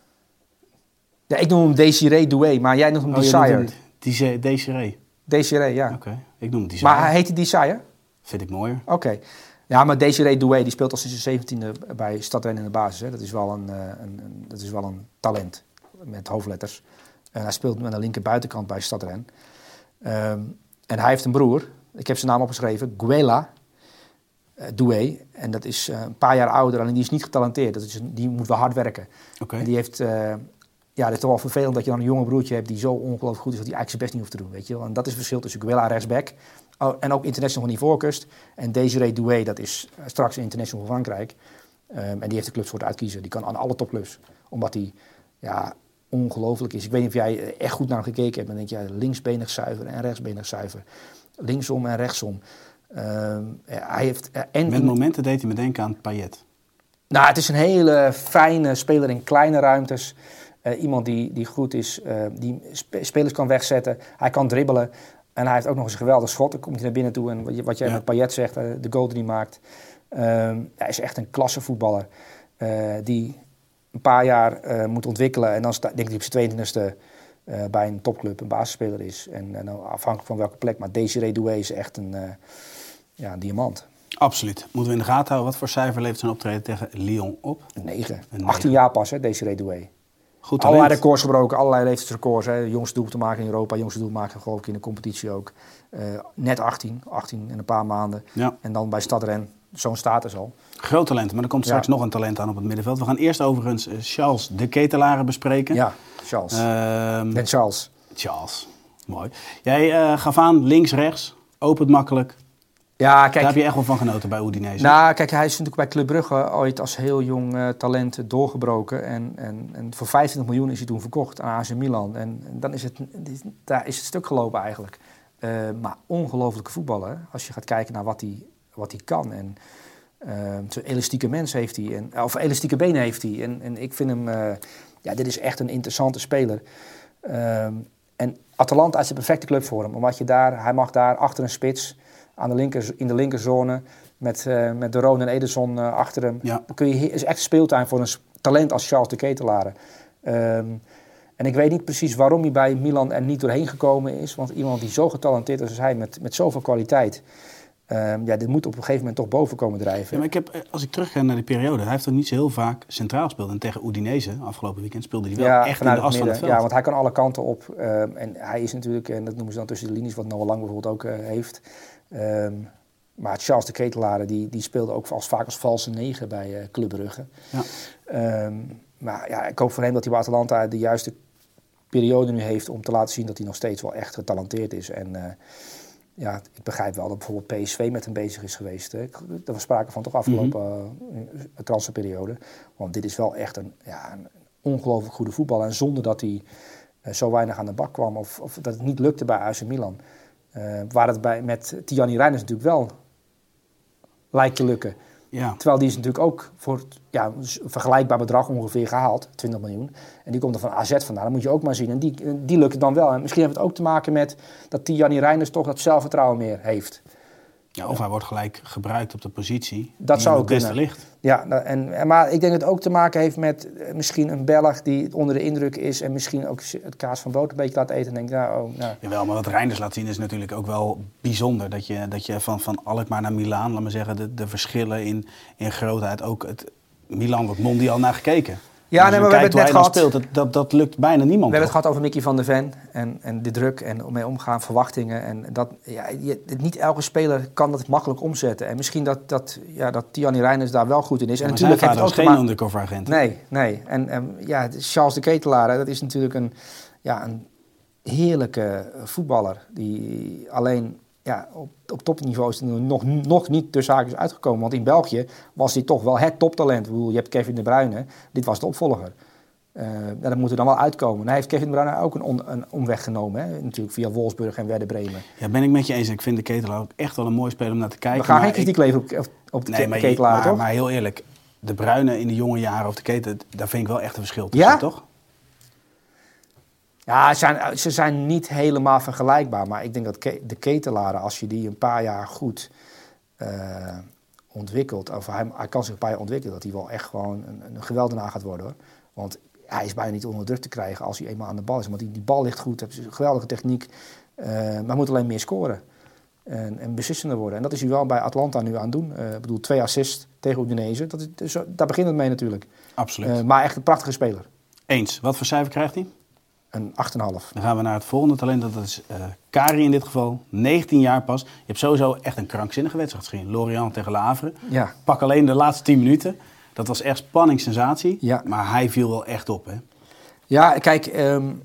Ja, ik noem hem Desiree Doué, maar jij noemt hem oh, Desire. Desiree? Desiree, Desiree, ja. Oké, okay. Ik noem hem Desire. Maar heet hij Desire? Vind ik mooier. Oké. Okay. Ja, maar Desiree Doué die speelt al sinds zijn zeventiende bij Stad Rennes in de basis. Hè. Dat is wel een, een, een, dat is wel een talent met hoofdletters. En hij speelt aan de linker buitenkant bij Stad Rennes. Um, en hij heeft een broer. Ik heb zijn naam opgeschreven. Guela uh, Doué. En dat is uh, een paar jaar ouder. En die is niet getalenteerd. Dat is, die moet wel hard werken. Okay. En die heeft... Uh, ja, het is toch wel vervelend dat je dan een jonge broertje hebt die zo ongelooflijk goed is dat hij eigenlijk zijn best niet hoeft te doen. Weet je wel? En dat is het verschil tussen Guela rechtsback oh, en ook international van Ivoorkust. En Desiree Doué, dat is uh, straks een international van Frankrijk. Um, en die heeft de clubs voor het uitkiezen. Die kan aan alle topclubs. Omdat hij ja, ongelooflijk is. Ik weet niet of jij echt goed naar hem gekeken hebt. Dan denk je, ja, linksbenig zuiver en rechtsbenig zuiver. Linksom en rechtsom. Uh, hij heeft, uh, en Met momenten deed hij me denken aan Payet. Nou, het is een hele fijne speler in kleine ruimtes. Uh, iemand die, die goed is, uh, die sp- spelers kan wegzetten. Hij kan dribbelen. En hij heeft ook nog eens een geweldig schot. Dan komt hij naar binnen toe. En wat, je, wat jij Ja. met Payet zegt, uh, de goal die hij maakt. Uh, hij is echt een klassevoetballer. Uh, die een paar jaar uh, moet ontwikkelen. En dan sta, denk ik op zijn tweeëntwintigste uh, bij een topclub een basisspeler is. En uh, nou, afhankelijk van welke plek. Maar Désiré Doué is echt een, uh, ja, een diamant. Absoluut. Moeten we in de gaten houden. Wat voor cijfer levert zijn optreden tegen Lyon op? Een negen. Een negen. achttien jaar pas, hè, Désiré Doué. Goed Allerlei talent. records gebroken, allerlei leeftijdsrecords. Hè. Jongste doel te maken in Europa, jongste doel maken geloof ik in de competitie ook. Uh, net achttien, achttien in een paar maanden. Ja. En dan bij Stadren, zo'n status al. Groot talent, maar er komt straks Ja. nog een talent aan op het middenveld. We gaan eerst overigens uh, Charles de Ketelaere bespreken. Ja, Charles. Ehm, Ben Charles. Charles, mooi. Jij uh, gaf aan, links, rechts, opent makkelijk. Ja, Daar kijk. heb je echt wel van genoten bij Udinese. Nou, kijk, hij is natuurlijk bij Club Brugge ooit als heel jong uh, talent doorgebroken. En, en, en voor vijfentwintig miljoen is hij toen verkocht aan A C Milan. En, en dan is het, daar is het stuk gelopen eigenlijk. Uh, maar ongelofelijke voetballer, als je gaat kijken naar wat hij, wat hij kan. En uh, zo'n elastieke mens heeft hij, en, of elastieke benen heeft hij. En, en ik vind hem, uh, ja, dit is echt een interessante speler. Uh, en Atalanta is de perfecte club voor hem. Omdat je daar, hij mag daar achter een spits, aan de linker, in de linkerzone, met, uh, met De Roon en Ederson uh, achter hem. Ja. Dan kun je, is echt speeltuin voor een talent als Charles de Ketelaere. Um, en ik weet niet precies waarom hij bij Milan er niet doorheen gekomen is. Want iemand die zo getalenteerd is als hij, met, met zoveel kwaliteit. Um, ja, dit moet op een gegeven moment toch boven komen drijven. Ja, maar ik heb, als ik terugga naar die periode, hij heeft toch niet zo heel vaak centraal gespeeld. En tegen Udinese, afgelopen weekend, speelde hij wel ja, echt in de as van het midden. veld. Ja, want hij kan alle kanten op. Um, en hij is natuurlijk, en dat noemen ze dan tussen de linies, wat Noah Lang bijvoorbeeld ook uh, heeft. Um, maar Charles de Ketelaere, die, die speelde ook als, vaak als valse negen bij uh, Club Brugge. Ja. Um, maar ja, ik hoop voor hem dat hij bij Atalanta de juiste periode nu heeft om te laten zien dat hij nog steeds wel echt getalenteerd is. En uh, ja, ik begrijp wel dat bijvoorbeeld P S V met hem bezig is geweest. Hè. Er was sprake van toch afgelopen mm-hmm. uh, transferperiode. Want dit is wel echt een, ja, een ongelooflijk goede voetballer. En zonder dat hij uh, zo weinig aan de bak kwam of, of dat het niet lukte bij A C Milan. Uh, waar het bij, met Tijani Reijnders natuurlijk wel lijkt te lukken. Ja. Terwijl die is natuurlijk ook voor ja, een vergelijkbaar bedrag ongeveer gehaald, twintig miljoen. En die komt er van A Z vandaan, dat moet je ook maar zien. En die, die lukt het dan wel. En misschien heeft het ook te maken met dat Tijani Reijnders toch dat zelfvertrouwen meer heeft. Ja, of hij wordt gelijk gebruikt op de positie dat die zou het beste kunnen. ligt. Ja, en, maar ik denk dat het ook te maken heeft met uh, misschien een Belg die onder de indruk is en misschien ook het kaas van boter een beetje laat eten en denkt, nou, oh, nou. Jawel, maar wat Reinders laat zien is natuurlijk ook wel bijzonder. Dat je, dat je van, van Alkmaar naar Milaan, laat maar zeggen, de, de verschillen in, in grootheid. Ook het Milan wordt mondiaal naar gekeken. Ja, Als nee, je maar we kijkt hebben het net hoe hij gehad. dan speelt, dat, dat, dat lukt bijna niemand. We hebben het toch? gehad over Mickey van der Ven en, en de druk en mee omgaan, verwachtingen. En dat, ja, je, niet elke speler kan dat makkelijk omzetten. En misschien dat, dat, ja, dat Tijani Reijnders daar wel goed in is. En Maar natuurlijk zijn heeft het vader ook is te geen maken. undercover agent. Nee, nee. En, en ja, Charles de Ketelaere, dat is natuurlijk een, ja, een heerlijke voetballer. Die alleen ja, op, op topniveau is nog, nog niet de zaak is uitgekomen. Want in België was hij toch wel het toptalent. Ik bedoel, je hebt Kevin De Bruyne, dit was de opvolger. Uh, ja, dat moet er dan wel uitkomen. Hij heeft Kevin De Bruyne ook een, on, een omweg genomen. Hè? Natuurlijk via Wolfsburg en Werder Bremen. Ja, ben ik met je eens. Ik vind de Ketelaar ook echt wel een mooi speler om naar te kijken. We gaan geen ik... kritiek leveren op, op de nee, maar, Ketelaar, maar, toch? maar heel eerlijk, De Bruyne in de jonge jaren of de Keten, daar vind ik wel echt een verschil tussen, Ja? toch? Ja, ze zijn, ze zijn niet helemaal vergelijkbaar. Maar ik denk dat ke- de Ketelaren, als je die een paar jaar goed uh, ontwikkelt... of hij, hij kan zich een paar jaar ontwikkelen... dat hij wel echt gewoon een, een geweldenaar gaat worden, hoor. Want hij is bijna niet onder druk te krijgen als hij eenmaal aan de bal is. Want die, die bal ligt goed, heeft een geweldige techniek. Uh, maar hij moet alleen meer scoren. En, en beslissender worden. En dat is hij wel bij Atlanta nu aan het doen. Uh, ik bedoel, twee assists tegen Udinese. Dat is, dus, daar begint het mee natuurlijk. Absoluut. Uh, maar echt een prachtige speler. Eens. Wat voor cijfer krijgt hij? Een acht komma vijf. Dan gaan we naar het volgende talent. Dat is uh, Kari in dit geval. negentien jaar pas. Je hebt sowieso echt een krankzinnige wedstrijd gezien. Lorient tegen Le Havre. Ja. Pak alleen de laatste tien minuten. Dat was echt spanning, sensatie. Ja. Maar hij viel wel echt op, hè? Ja, kijk... Um,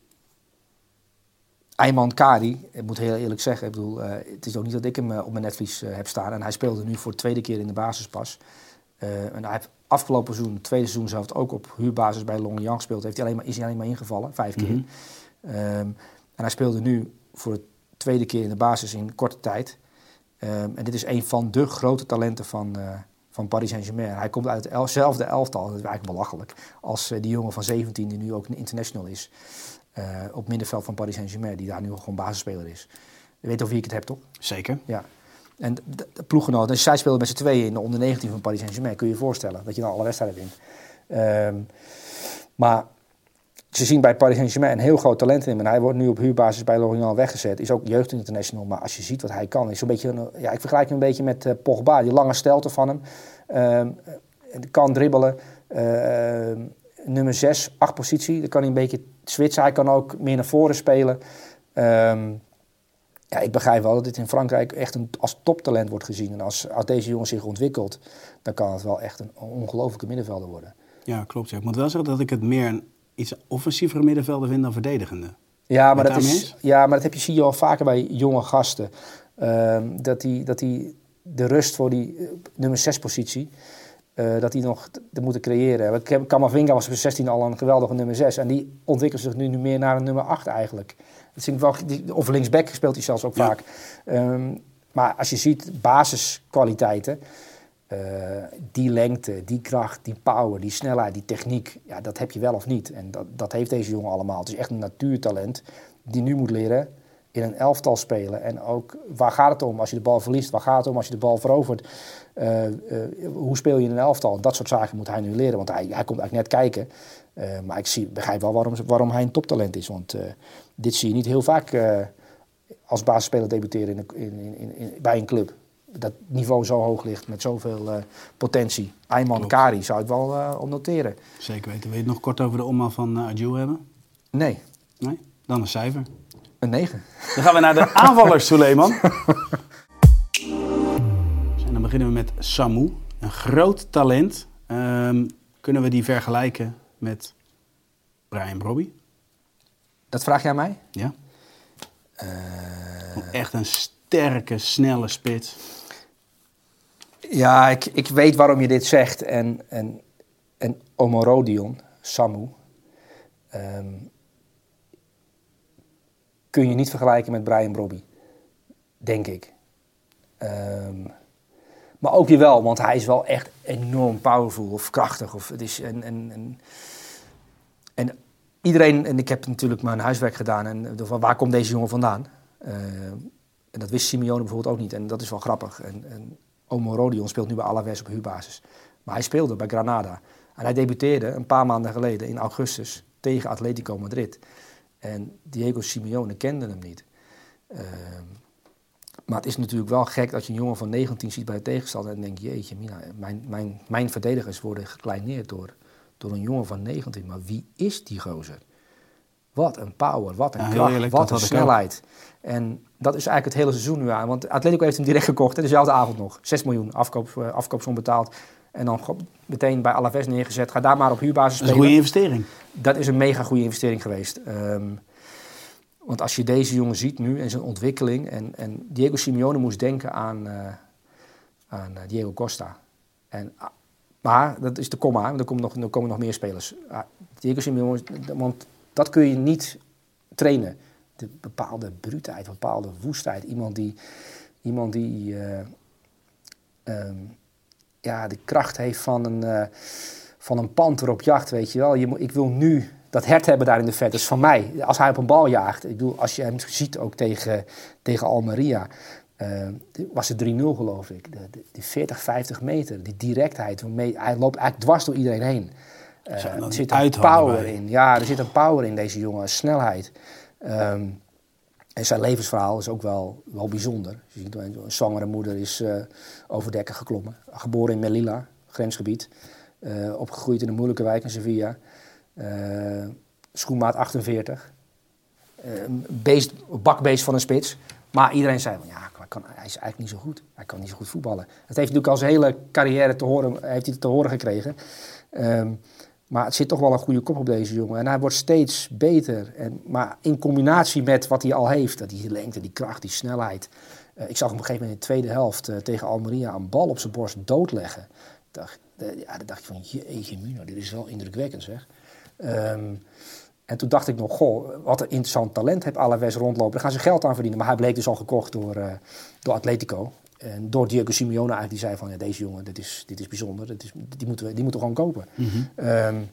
Ayman Kari, ik moet heel eerlijk zeggen, ik bedoel, uh, het is ook niet dat ik hem uh, op mijn netvlies uh, heb staan. En hij speelde nu voor de tweede keer in de basis pas. Uh, en hij heeft afgelopen seizoen, het tweede seizoen zelf, ook op huurbasis bij Longyan gespeeld. Heeft hij alleen maar, is hij alleen maar ingevallen, vijf keer. Mm-hmm. Um, en hij speelde nu voor de tweede keer in de basis in korte tijd. Um, en dit is een van de grote talenten van, uh, van Paris Saint-Germain. Hij komt uit hetzelfde elftal, dat is eigenlijk belachelijk, als uh, die jongen van zeventien die nu ook een international is. Uh, op middenveld van Paris Saint-Germain, die daar nu gewoon basisspeler is. Je weet over wie ik het heb, toch? Zeker. Ja. En de, de ploeggenoot, dus zij speelden met z'n tweeën in de onder negentien van Paris Saint-Germain. Kun je je voorstellen dat je dan alle wedstrijden wint. Um, maar ze zien bij Paris Saint-Germain een heel groot talent in hem. En hij wordt nu op huurbasis bij Lorient weggezet. Is ook jeugdinternational. Maar als je ziet wat hij kan, is zo'n beetje een, ja, ik vergelijk hem een beetje met uh, Pogba. Die lange stelte van hem. Um, kan dribbelen. Uh, nummer zes, acht positie. Dan kan hij een beetje switchen. Hij kan ook meer naar voren spelen. Um, ja, ik begrijp wel dat dit in Frankrijk echt een, als toptalent wordt gezien. En als, als deze jongen zich ontwikkelt, dan kan het wel echt een ongelofelijke middenvelder worden. Ja, klopt. Ja. Ik moet wel zeggen dat ik het meer een iets offensievere middenvelder vind dan verdedigende. Ja, maar, dat dat, is, ja, maar dat heb je, zie je al vaker bij jonge gasten. Uh, dat die, dat die de rust voor die uh, nummer zes positie, uh, dat die nog te moeten creëren. Camavinga was op de zestien al een geweldige nummer zes. En die ontwikkelt zich nu, nu meer naar een nummer acht eigenlijk. Dat vind ik wel, die, of linksback speelt hij zelfs ook ja. vaak. Um, maar als je ziet basiskwaliteiten, uh, die lengte, die kracht, die power, die snelheid, die techniek, ja, dat heb je wel of niet. En dat, dat heeft deze jongen allemaal. Het is echt een natuurtalent die nu moet leren in een elftal spelen. En ook, waar gaat het om als je de bal verliest? Waar gaat het om als je de bal verovert? Uh, uh, hoe speel je in een elftal? Dat soort zaken moet hij nu leren, want hij, hij komt eigenlijk net kijken. Uh, maar ik zie, begrijp wel waarom, waarom hij een toptalent is. Want uh, dit zie je niet heel vaak uh, als basisspeler debuteren in, in, in, in, bij een club. Dat niveau zo hoog ligt met zoveel uh, potentie. Ayman Kari zou ik wel uh, noteren. Zeker weten. Wil je het nog kort over de omhaal van uh, Adjou hebben? Nee. Nee? Dan een cijfer. Een negen. Dan gaan we naar de aanvallers, Suleiman. En dan beginnen we met Samu. Een groot talent. Um, kunnen we die vergelijken met Bryan Brobby? Dat vraag jij mij? Ja. Uh... Echt een sterke, snelle spits. Ja, ik, ik weet waarom je dit zegt. En, en, en Omorodion, Samu, um, kun je niet vergelijken met Bryan Brobby, denk ik. Um, maar ook weer wel, want hij is wel echt enorm powerful of krachtig. Of het is en, en, en, en iedereen, en ik heb natuurlijk mijn huiswerk gedaan. En van waar komt deze jongen vandaan? Uh, en dat wist Simeone bijvoorbeeld ook niet. En dat is wel grappig. En, en Omorodion speelt nu bij Alaves op huurbasis. Maar hij speelde bij Granada. En hij debuteerde een paar maanden geleden in augustus tegen Atletico Madrid. En Diego Simeone kende hem niet. Uh, maar het is natuurlijk wel gek dat je een jongen van negentien ziet bij de tegenstander en denkt, jeetje, mina, mijn, mijn, mijn verdedigers worden gekleineerd door, door een jongen van negentien. Maar wie is die gozer? Wat een power, wat een ja, kracht, eerlijk, wat een snelheid. En dat is eigenlijk het hele seizoen nu aan. Want Atletico heeft hem direct gekocht, hè, dezelfde avond nog. zes miljoen afkoop, uh, afkoopsom betaald. En dan meteen bij Alaves neergezet. Ga daar maar op huurbasis spelen. Dat is een goede investering. Dat is een mega goede investering geweest. Um, want als je deze jongen ziet nu en zijn ontwikkeling. En, en Diego Simeone moest denken aan, uh, aan uh, Diego Costa. En, uh, maar dat is de komma, want er komen nog, er komen nog meer spelers. Uh, Diego Simeone, want dat kun je niet trainen. De bepaalde bruutheid, bepaalde woestheid. Iemand die, iemand die uh, um, ja, de kracht heeft van een, uh, van een panter op jacht, weet je wel. Je, ik wil nu dat hert hebben daar in de vet. Dat is van mij. Als hij op een bal jaagt. Ik bedoel, als je hem ziet ook tegen, tegen Almeria. Uh, was het drie nul geloof ik. De, de, die veertig, vijftig meter. Die directheid. Waarmee, hij loopt eigenlijk dwars door iedereen heen. Uh, er zit een power bij. in. Ja, er zit een power in deze jongen. Snelheid. Um, en zijn levensverhaal is ook wel, wel bijzonder. Je ziet, een zwangere moeder is uh, over dekken geklommen. Geboren in Melilla, grensgebied. Uh, opgegroeid in een moeilijke wijk in Sevilla. Uh, schoenmaat achtenveertig. Uh, beest, bakbeest van een spits. Maar iedereen zei, van, ja, hij, kan, hij is eigenlijk niet zo goed. Hij kan niet zo goed voetballen. Dat heeft hij natuurlijk al zijn hele carrière te horen, heeft hij te horen gekregen. Um, maar het zit toch wel een goede kop op deze jongen. En hij wordt steeds beter. En, maar in combinatie met wat hij al heeft, die lengte, die kracht, die snelheid. Uh, ik zag hem op een gegeven moment in de tweede helft uh, tegen Almeria een bal op zijn borst doodleggen. Ik dacht, de, ja, dan dacht ik van, jeetje Mino, dit is wel indrukwekkend zeg. Um, en toen dacht ik nog, goh, wat een interessant talent heeft Alaves rondlopen. Daar gaan ze geld aan verdienen. Maar hij bleek dus al gekocht door, uh, door Atletico. En door Diego Simeone eigenlijk, die zei van, ja, deze jongen, dit is, dit is bijzonder. Dit is, die, moeten we, die moeten we gewoon kopen. Mm-hmm. Um,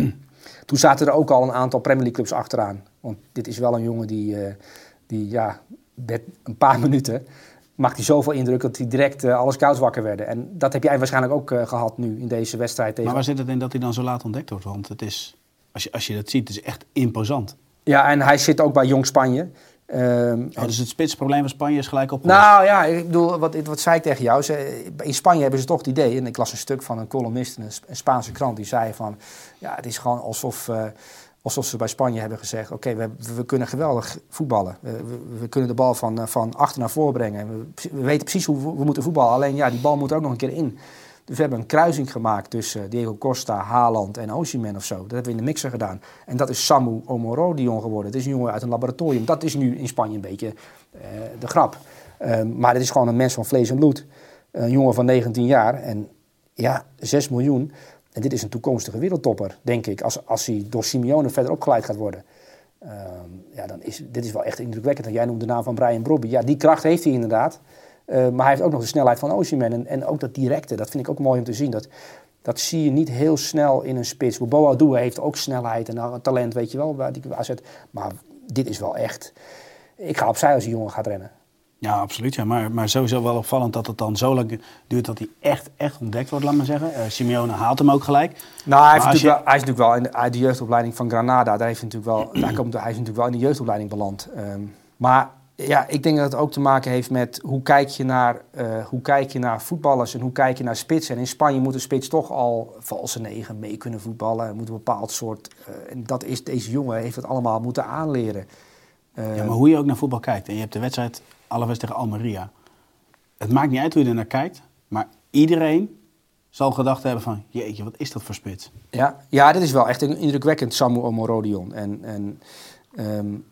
toen zaten er ook al een aantal Premier League clubs achteraan. Want dit is wel een jongen die, uh, die ja, met een paar minuten maakt hij zoveel indruk dat hij direct uh, alle scouts wakker werden. En dat heb jij waarschijnlijk ook uh, gehad nu in deze wedstrijd tegen. Maar waar zit het in dat hij dan zo laat ontdekt wordt? Want het is, als je, als je dat ziet, het is echt imposant. Ja, en hij zit ook bij Jong Spanje. Um, oh, dus het spitsprobleem van Spanje is gelijk opgelost? Nou ja, ik bedoel, wat, wat zei ik tegen jou? Ze, in Spanje hebben ze toch het idee, en ik las een stuk van een columnist in een, een Spaanse krant, die zei van, ja, het is gewoon alsof, uh, alsof ze bij Spanje hebben gezegd, oké, okay, we, we kunnen geweldig voetballen. We, we, we kunnen de bal van, van achter naar voor brengen. We, we weten precies hoe we, we moeten voetballen, alleen ja, die bal moet er ook nog een keer in. Dus we hebben een kruising gemaakt tussen Diego Costa, Haaland en Osimhen of zo. Dat hebben we in de mixer gedaan. En dat is Samu Omorodion geworden. Het is een jongen uit een laboratorium. Dat is nu in Spanje een beetje uh, de grap. Um, maar het is gewoon een mens van vlees en bloed. Een jongen van negentien jaar. En ja, zes miljoen. En dit is een toekomstige wereldtopper, denk ik. Als, als hij door Simeone verder opgeleid gaat worden. Um, ja, dan is dit is wel echt indrukwekkend. En jij noemt de naam van Brian Brobby. Ja, die kracht heeft hij inderdaad. Uh, maar hij heeft ook nog de snelheid van Osimhen en, en ook dat directe. Dat vind ik ook mooi om te zien. Dat, dat zie je niet heel snel in een spits. Boa Doué heeft ook snelheid en talent, weet je wel, waar die A Z. Maar dit is wel echt. Ik ga opzij als die jongen gaat rennen. Ja, absoluut. Ja. Maar, maar sowieso wel opvallend dat het dan zo lang duurt dat hij echt, echt ontdekt wordt, laat maar zeggen. Uh, Simeone haalt hem ook gelijk. Nou, hij, heeft natuurlijk je... wel, hij is natuurlijk wel in de, uit de jeugdopleiding van Granada. Daar heeft hij natuurlijk wel, daar komt, hij is natuurlijk wel in de jeugdopleiding beland. Um, maar ja, ik denk dat het ook te maken heeft met hoe kijk je naar, uh, hoe kijk je naar voetballers en hoe kijk je naar spitsen. En in Spanje moet een spits toch al valse negen mee kunnen voetballen. Moet een bepaald soort. Uh, en dat is deze jongen heeft het allemaal moeten aanleren. Uh, ja, maar hoe je ook naar voetbal kijkt. En je hebt de wedstrijd Alaves tegen Almeria. Het maakt niet uit hoe je er naar kijkt, maar iedereen zal gedacht hebben van, jeetje, wat is dat voor spits? Ja, ja, dit is wel echt een indrukwekkend Samu Omorodion. En, en um,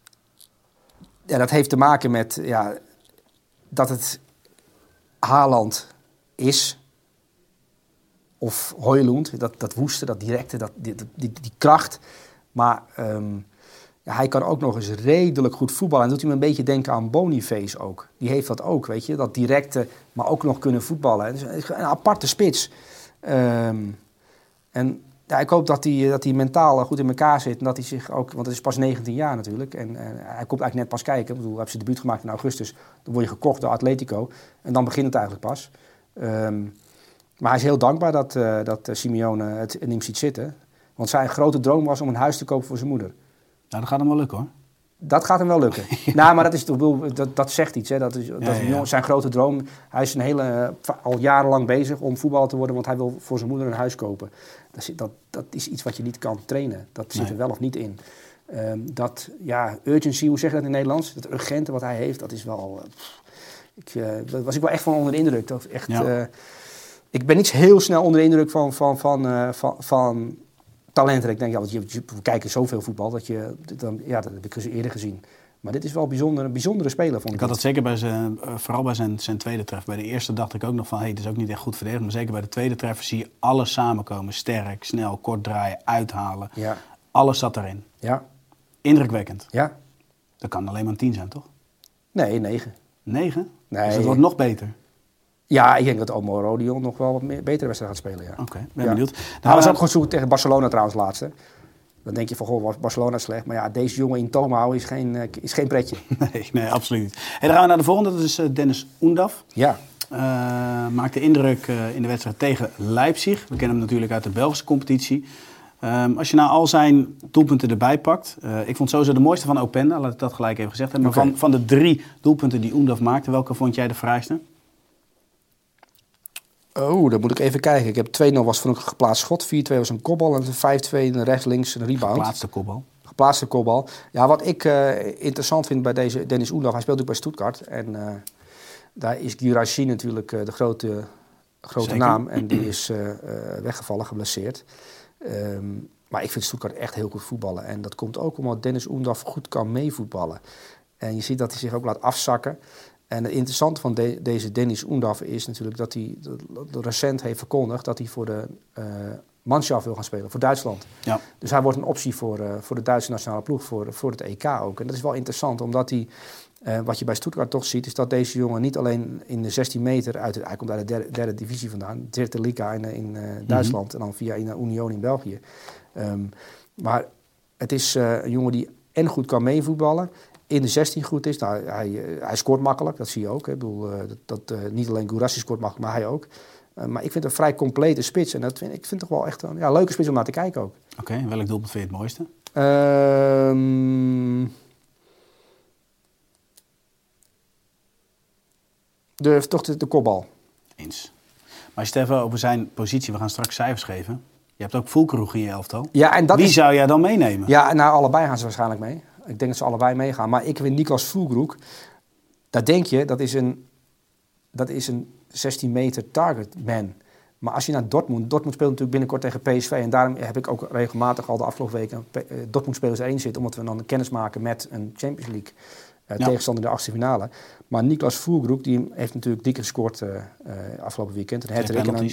ja, dat heeft te maken met ja, dat het Haaland is, of Højlund, dat, dat woeste, dat directe, dat, die, die, die kracht. Maar um, ja, hij kan ook nog eens redelijk goed voetballen. En doet hij me een beetje denken aan Boniface ook. Die heeft dat ook, weet je. Dat directe, maar ook nog kunnen voetballen. Dus een aparte spits. Um, en ja, ik hoop dat hij, dat hij mentaal goed in elkaar zit. En dat hij zich ook, want het is pas negentien jaar natuurlijk. En, en hij komt eigenlijk net pas kijken. Ik bedoel, hij heeft zijn debuut gemaakt in augustus. Dan word je gekocht door Atletico. En dan begint het eigenlijk pas. Um, maar hij is heel dankbaar dat, uh, dat Simeone het in hem ziet zitten. Want zijn grote droom was om een huis te kopen voor zijn moeder. Nou, dat gaat hem wel lukken hoor. Dat gaat hem wel lukken. ja. Nou, maar dat, is, dat, dat zegt iets. Hè. Dat is, dat ja, is een jongen, zijn grote droom. Hij is een hele, al jarenlang bezig om voetballer te worden, want hij wil voor zijn moeder een huis kopen. Dat is, dat, dat is iets wat je niet kan trainen. Dat zit nee. er wel of niet in. Um, dat, ja, urgency, hoe zeg je dat in het Nederlands? Dat urgente wat hij heeft, dat is wel... Uh, ik, uh, daar was ik wel echt van onder de indruk. Dat echt, ja. uh, ik ben niet heel snel onder de indruk van... van, van, uh, van, van talenten. Ik denk, ja, want je, je, we kijken zoveel voetbal, dat je, dan, ja, dat heb ik eerder gezien. Maar dit is wel bijzonder, een bijzondere speler, vond ik. Ik had het zeker bij zijn, vooral bij zijn, zijn tweede treffer. Bij de eerste dacht ik ook nog van, hé, hey, het is ook niet echt goed verdedigd. Maar zeker bij de tweede treffer zie je alles samenkomen. Sterk, snel, kort draaien, uithalen. Ja. Alles zat erin. Ja. Indrukwekkend. Ja. Dat kan alleen maar een tien zijn, toch? Nee, negen. Negen? Nee. Dus dat wordt nog beter. Ja, ik denk dat Omorodion nog wel wat meer, betere wedstrijd gaat spelen, ja. Oké, okay, ben ja. benieuwd. Nou, hij was ook goed zoeken tegen Barcelona trouwens, laatste. Dan denk je van, goh, was Barcelona slecht. Maar ja, deze jongen in toom houden is geen, is geen pretje. Nee, nee, absoluut niet. Hey, dan gaan we naar de volgende, dat is Dennis Undav. Ja. Uh, maakte indruk uh, in de wedstrijd tegen Leipzig. We kennen hem natuurlijk uit de Belgische competitie. Um, als je nou al zijn doelpunten erbij pakt. Uh, ik vond sowieso de mooiste van Openda, laat ik dat gelijk even gezegd hebben. Maar okay. van, van de drie doelpunten die Undav maakte, welke vond jij de fraaiste? Oh, dan moet ik even kijken. Ik heb twee nul was voor een geplaatst schot. vier twee was een kopbal. En vijf twee een rechts-links een rebound. Geplaatste kopbal. Geplaatste kopbal. Ja, wat ik uh, interessant vind bij deze Dennis Undav. Hij speelt natuurlijk bij Stuttgart. En uh, daar is Guirassy natuurlijk uh, de grote, grote naam. En die is uh, uh, weggevallen, geblesseerd. Um, maar ik vind Stuttgart echt heel goed voetballen. En dat komt ook omdat Dennis Undav goed kan meevoetballen. En je ziet dat hij zich ook laat afzakken. En het interessante van de, deze Dennis Undav is natuurlijk dat hij de, de recent heeft verkondigd dat hij voor de uh, Mannschaft wil gaan spelen, voor Duitsland. Ja. Dus hij wordt een optie voor, uh, voor de Duitse nationale ploeg, voor, voor het E K ook. En dat is wel interessant, omdat hij, uh, wat je bij Stuttgart toch ziet, is dat deze jongen niet alleen in de zestien meter, uit het, hij komt uit de derde, derde divisie vandaan, derde Liga in, in uh, Duitsland mm-hmm. en dan via in Union in België. Um, maar het is uh, een jongen die en goed kan meevoetballen, in de zestien goed is. Nou, hij, uh, hij scoort makkelijk, dat zie je ook. Hè. Ik bedoel, uh, dat, dat, uh, niet alleen Guirassy scoort makkelijk, maar hij ook. Uh, maar ik vind het een vrij complete spits. En dat vind, ik vind het toch wel echt een ja, leuke spits om naar te kijken ook. Oké, okay, en welk doelpunt vind je het mooiste? Um, de, toch de, de kopbal. Eens. Maar als je het even over zijn positie, we gaan straks cijfers geven. Je hebt ook Füllkrug in je elftal. Ja, en dat Wie is, zou jij dan meenemen? Ja, nou allebei gaan ze waarschijnlijk mee. Ik denk dat ze allebei meegaan. Maar ik vind Niklas Füllkrug, daar denk je, dat is een, dat is een zestien meter target man. Maar als je naar Dortmund, Dortmund speelt natuurlijk binnenkort tegen P S V. En daarom heb ik ook regelmatig al de afgelopen weken Dortmund spelers erin zitten. Omdat we dan kennis maken met een Champions League uh, ja. tegenstander in de achtste finale. Maar Niklas Füllkrug, die heeft natuurlijk dik gescoord uh, uh, afgelopen weekend. Een hat-trick en een,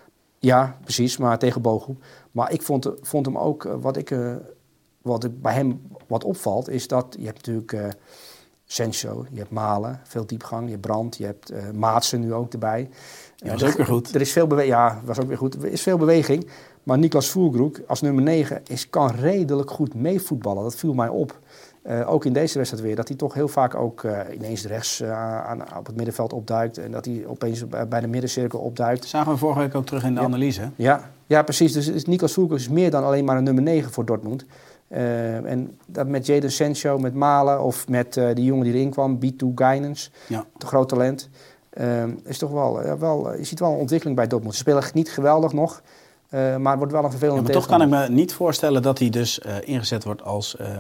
ja, precies, maar tegen Bochum. Maar ik vond, vond hem ook, uh, wat ik... Uh, Wat ik bij hem wat opvalt, is dat je hebt natuurlijk uh, Sancho, je hebt Malen, veel diepgang, je hebt Brandt, je hebt uh, Maatsen nu ook erbij. Ja, dat is ook weer goed. Er is veel beweging, ja, was ook weer goed. Er is veel beweging, maar Niklas Füllkrug als nummer negen is, kan redelijk goed meevoetballen. Dat viel mij op. Uh, ook in deze wedstrijd weer, dat hij toch heel vaak ook uh, ineens rechts uh, aan, op het middenveld opduikt en dat hij opeens bij de middencirkel opduikt. Dat zagen we vorige week ook terug in de ja. analyse. Ja, ja, precies. Dus Niklas Füllkrug is meer dan alleen maar een nummer negen voor Dortmund. Uh, en dat met Jadon Sancho, met Malen of met uh, die jongen die erin kwam, B twee Guinens, ja. een groot talent. Uh, is toch wel, uh, wel, je ziet wel een ontwikkeling bij Dortmund. Ze spelen niet geweldig nog, uh, maar het wordt wel een vervelende ja, maar toch kan ik me niet voorstellen dat hij dus uh, ingezet wordt als uh,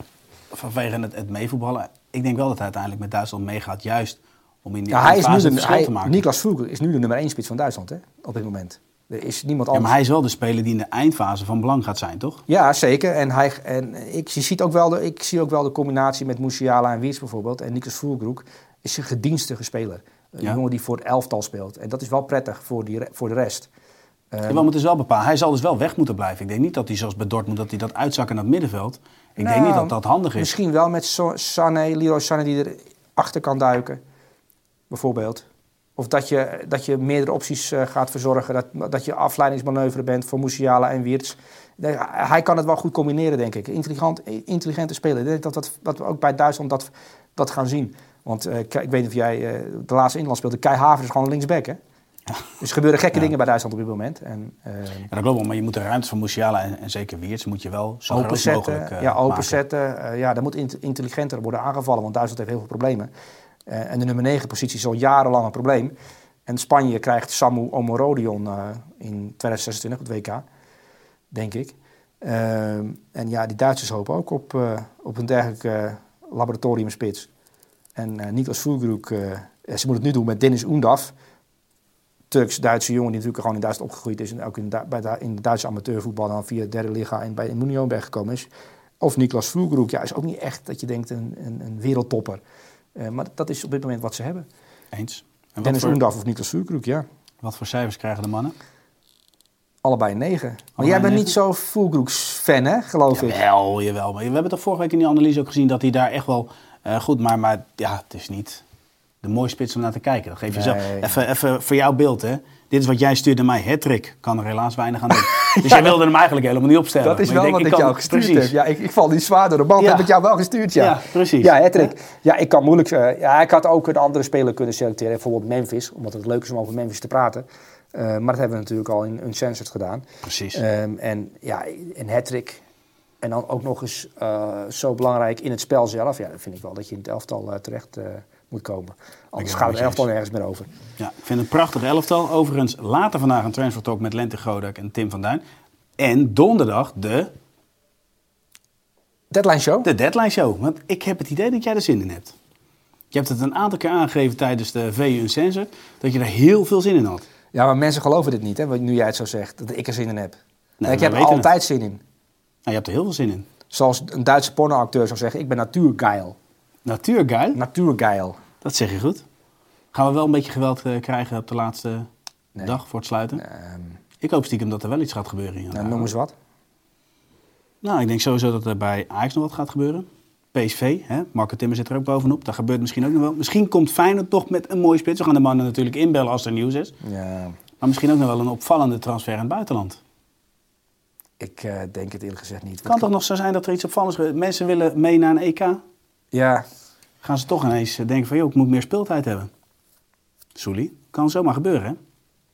vanwege het, het meevoetballen. Ik denk wel dat hij uiteindelijk met Duitsland meegaat, juist om in die ja, hij is nu de, het verschil hij, te maken. Niklas Füllkrug is nu de nummer één spits van Duitsland, hè, op dit moment. Er is niemand anders. Ja, maar hij is wel de speler die in de eindfase van belang gaat zijn, toch? Ja, zeker. En, hij, en ik, je ziet ook wel de, ik zie ook wel de combinatie met Musiala en Wirtz bijvoorbeeld. En Niklas Füllkrug is een gedienstige speler. Een ja. jongen die voor het elftal speelt. En dat is wel prettig voor, die, voor de rest. Um, ja, we moeten dus wel bepalen. Hij zal dus wel weg moeten blijven. Ik denk niet dat hij zoals bij Dortmund, dat hij dat uitzakken naar het middenveld. Ik nou, denk niet dat dat handig is. Misschien wel met so- Sané, Leroy Sané die erachter kan duiken. Bijvoorbeeld. Of dat je, dat je meerdere opties uh, gaat verzorgen. Dat, dat je afleidingsmanoeuvre bent voor Musiala en Wirtz. Hij kan het wel goed combineren, denk ik. Intelligent, intelligente speler. Ik denk dat, dat, dat we ook bij Duitsland dat, dat gaan zien. Want uh, ik weet niet of jij uh, de laatste Inland speelde. Kai Havertz is gewoon linksback, hè? Ja. Dus er gebeuren gekke ja. dingen bij Duitsland op dit moment. En, uh, ja, dat klopt wel. Maar je moet de ruimte van Musiala en, en zeker Wirtz moet je wel zo groot mogelijk uh, Ja, openzetten. Uh, ja, daar moet intelligenter worden aangevallen. Want Duitsland heeft heel veel problemen. Uh, en de nummer negen positie is al jarenlang een probleem. En Spanje krijgt Samu Omorodion uh, in twintig zesentwintig op het W K, denk ik. Uh, en ja, die Duitsers hopen ook op, uh, op een dergelijke uh, laboratoriumspits. En uh, Niklas Füllkrug, uh, ze moeten het nu doen met Dennis Undav. Turks-Duitse jongen die natuurlijk gewoon in Duitsland opgegroeid is. En ook in, bij de, in de Duitse amateurvoetbal dan via de derde liga en bij Union gekomen is. Of Niklas Füllkrug, ja, is ook niet echt dat je denkt een, een, een wereldtopper. Uh, maar dat is op dit moment wat ze hebben. Eens. En Dennis Undav of Niklas Füllkrug, ja. Wat voor cijfers krijgen de mannen? Allebei een negen. Maar Allebei jij bent negen? Niet zo Füllkrug-fan, hè, geloof jawel, ik? Jawel, jawel. Maar we hebben toch vorige week in die analyse ook gezien dat hij daar echt wel uh, goed... Maar, maar ja, het is niet de mooie spits om naar te kijken. Dat geef je nee. zelf. Even, even voor jouw beeld, hè. Dit is wat jij stuurde mij. Hattrick kan er helaas weinig aan doen. Dus ja, jij wilde hem eigenlijk helemaal niet opstellen. Dat is wel denk, wat ik, ik jou gestuurd precies. heb. Ja, ik, ik val niet zwaar door de band. Ja. Heb ik jou wel gestuurd, ja. Ja, precies. Ja, hattrick. Ja? ja, ik kan moeilijk... Uh, ja, ik had ook een andere speler kunnen selecteren. Bijvoorbeeld Memphis. Omdat het leuk is om over Memphis te praten. Uh, maar dat hebben we natuurlijk al in Uncensored gedaan. Precies. Um, en ja, een hattrick. En dan ook nog eens uh, zo belangrijk in het spel zelf. Ja, dat vind ik wel dat je in het elftal uh, terecht uh, moet komen. Anders gaat het elftal nergens meer over. Ja, ik vind het een prachtig elftal. Overigens later vandaag een transfer talk met Lente Godak en Tim van Duin. En donderdag de... Deadline show? De deadline show. Want ik heb het idee dat jij er zin in hebt. Je hebt het een aantal keer aangegeven tijdens de V U Uncensored. Dat je er heel veel zin in had. Ja, maar mensen geloven dit niet, hè, nu jij het zo zegt. Dat ik er zin in heb. Nee, ik heb er altijd het. zin in. Nou, je hebt er heel veel zin in. Zoals een Duitse pornoacteur zou zeggen, ik ben natuurgeil. Natuurgeil? Natuurgeil. Dat zeg je goed. Gaan we wel een beetje geweld uh, krijgen op de laatste Nee. dag voor het sluiten? Um, Ik hoop stiekem dat er wel iets gaat gebeuren hier. nou, noem eens wat. Nou, ik denk sowieso dat er bij Ajax nog wat gaat gebeuren. P S V, hè? Marco Timmer zit er ook bovenop. Daar gebeurt misschien ook nog wel. Misschien komt Feyenoord toch met een mooie spits. We gaan de mannen natuurlijk inbellen als er nieuws is. Ja, Maar misschien ook nog wel een opvallende transfer in het buitenland. ik uh, denk het eerlijk gezegd niet. Het kan toch nog zo zijn dat er iets opvallends gebeurt. Mensen willen mee naar een E K. Ja, Gaan ze toch ineens denken van, joh, ik moet meer speeltijd hebben. Soelie, kan zomaar gebeuren, hè?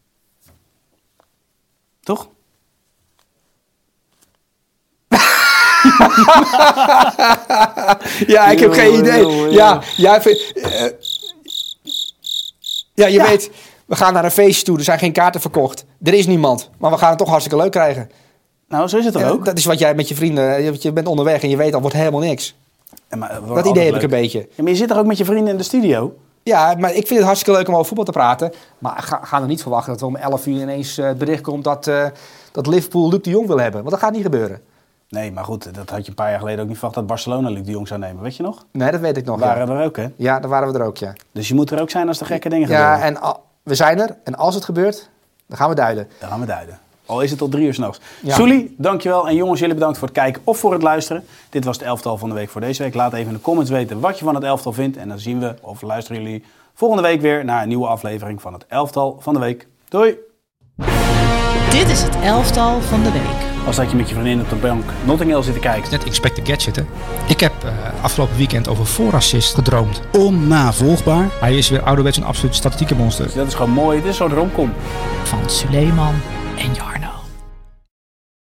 Toch? ja, ik heb geen Jongen, idee. jongen, Ja, jongen. ja, vind- uh, ja, je Ja. weet, we gaan naar een feestje toe. Er zijn geen kaarten verkocht. Er is niemand. Maar we gaan het toch hartstikke leuk krijgen. Nou, zo is het er Ja, ook. dat is wat jij met je vrienden... Je je bent onderweg en je weet al, wordt helemaal niks. Ja, maar het wordt Dat altijd idee heb ik leuk. een beetje. Ja, maar je zit er ook met je vrienden in de studio. Ja, maar ik vind het hartstikke leuk om over voetbal te praten. Maar ga, ga er niet verwachten dat er om elf uur ineens uh, het bericht komt dat, uh, dat Liverpool Luc de Jong wil hebben. Want dat gaat niet gebeuren. Nee, maar goed, dat had je een paar jaar geleden ook niet verwacht dat Barcelona Luc de Jong zou nemen. Weet je nog? Nee, dat weet ik nog. We waren Ja, er ook, hè? ja daar waren we er ook, ja. Dus je moet er ook zijn als er gekke dingen Ja, gebeuren. en al, we zijn er. En als het gebeurt, dan gaan we duiden. Dan gaan we duiden. Al is het tot drie uur s'nachts. Ja. Soelie, dankjewel. En jongens, jullie bedankt voor het kijken of voor het luisteren. Dit was het elftal van de week voor deze week. Laat even in de comments weten wat je van het elftal vindt. En dan zien we of luisteren jullie volgende week weer naar een nieuwe aflevering van het elftal van de week. Doei! Dit is het elftal van de week. Als dat je met je vriendin op de bank Notting Hill zit te kijken. Net Inspector Gadget, hè. Ik heb uh, afgelopen weekend over voorassist gedroomd. Onnavolgbaar. Hij is weer ouderwets een absoluut statistieke monster. Dus dat is gewoon mooi. Het is zo'n romcom. Van Suleiman en Jarno.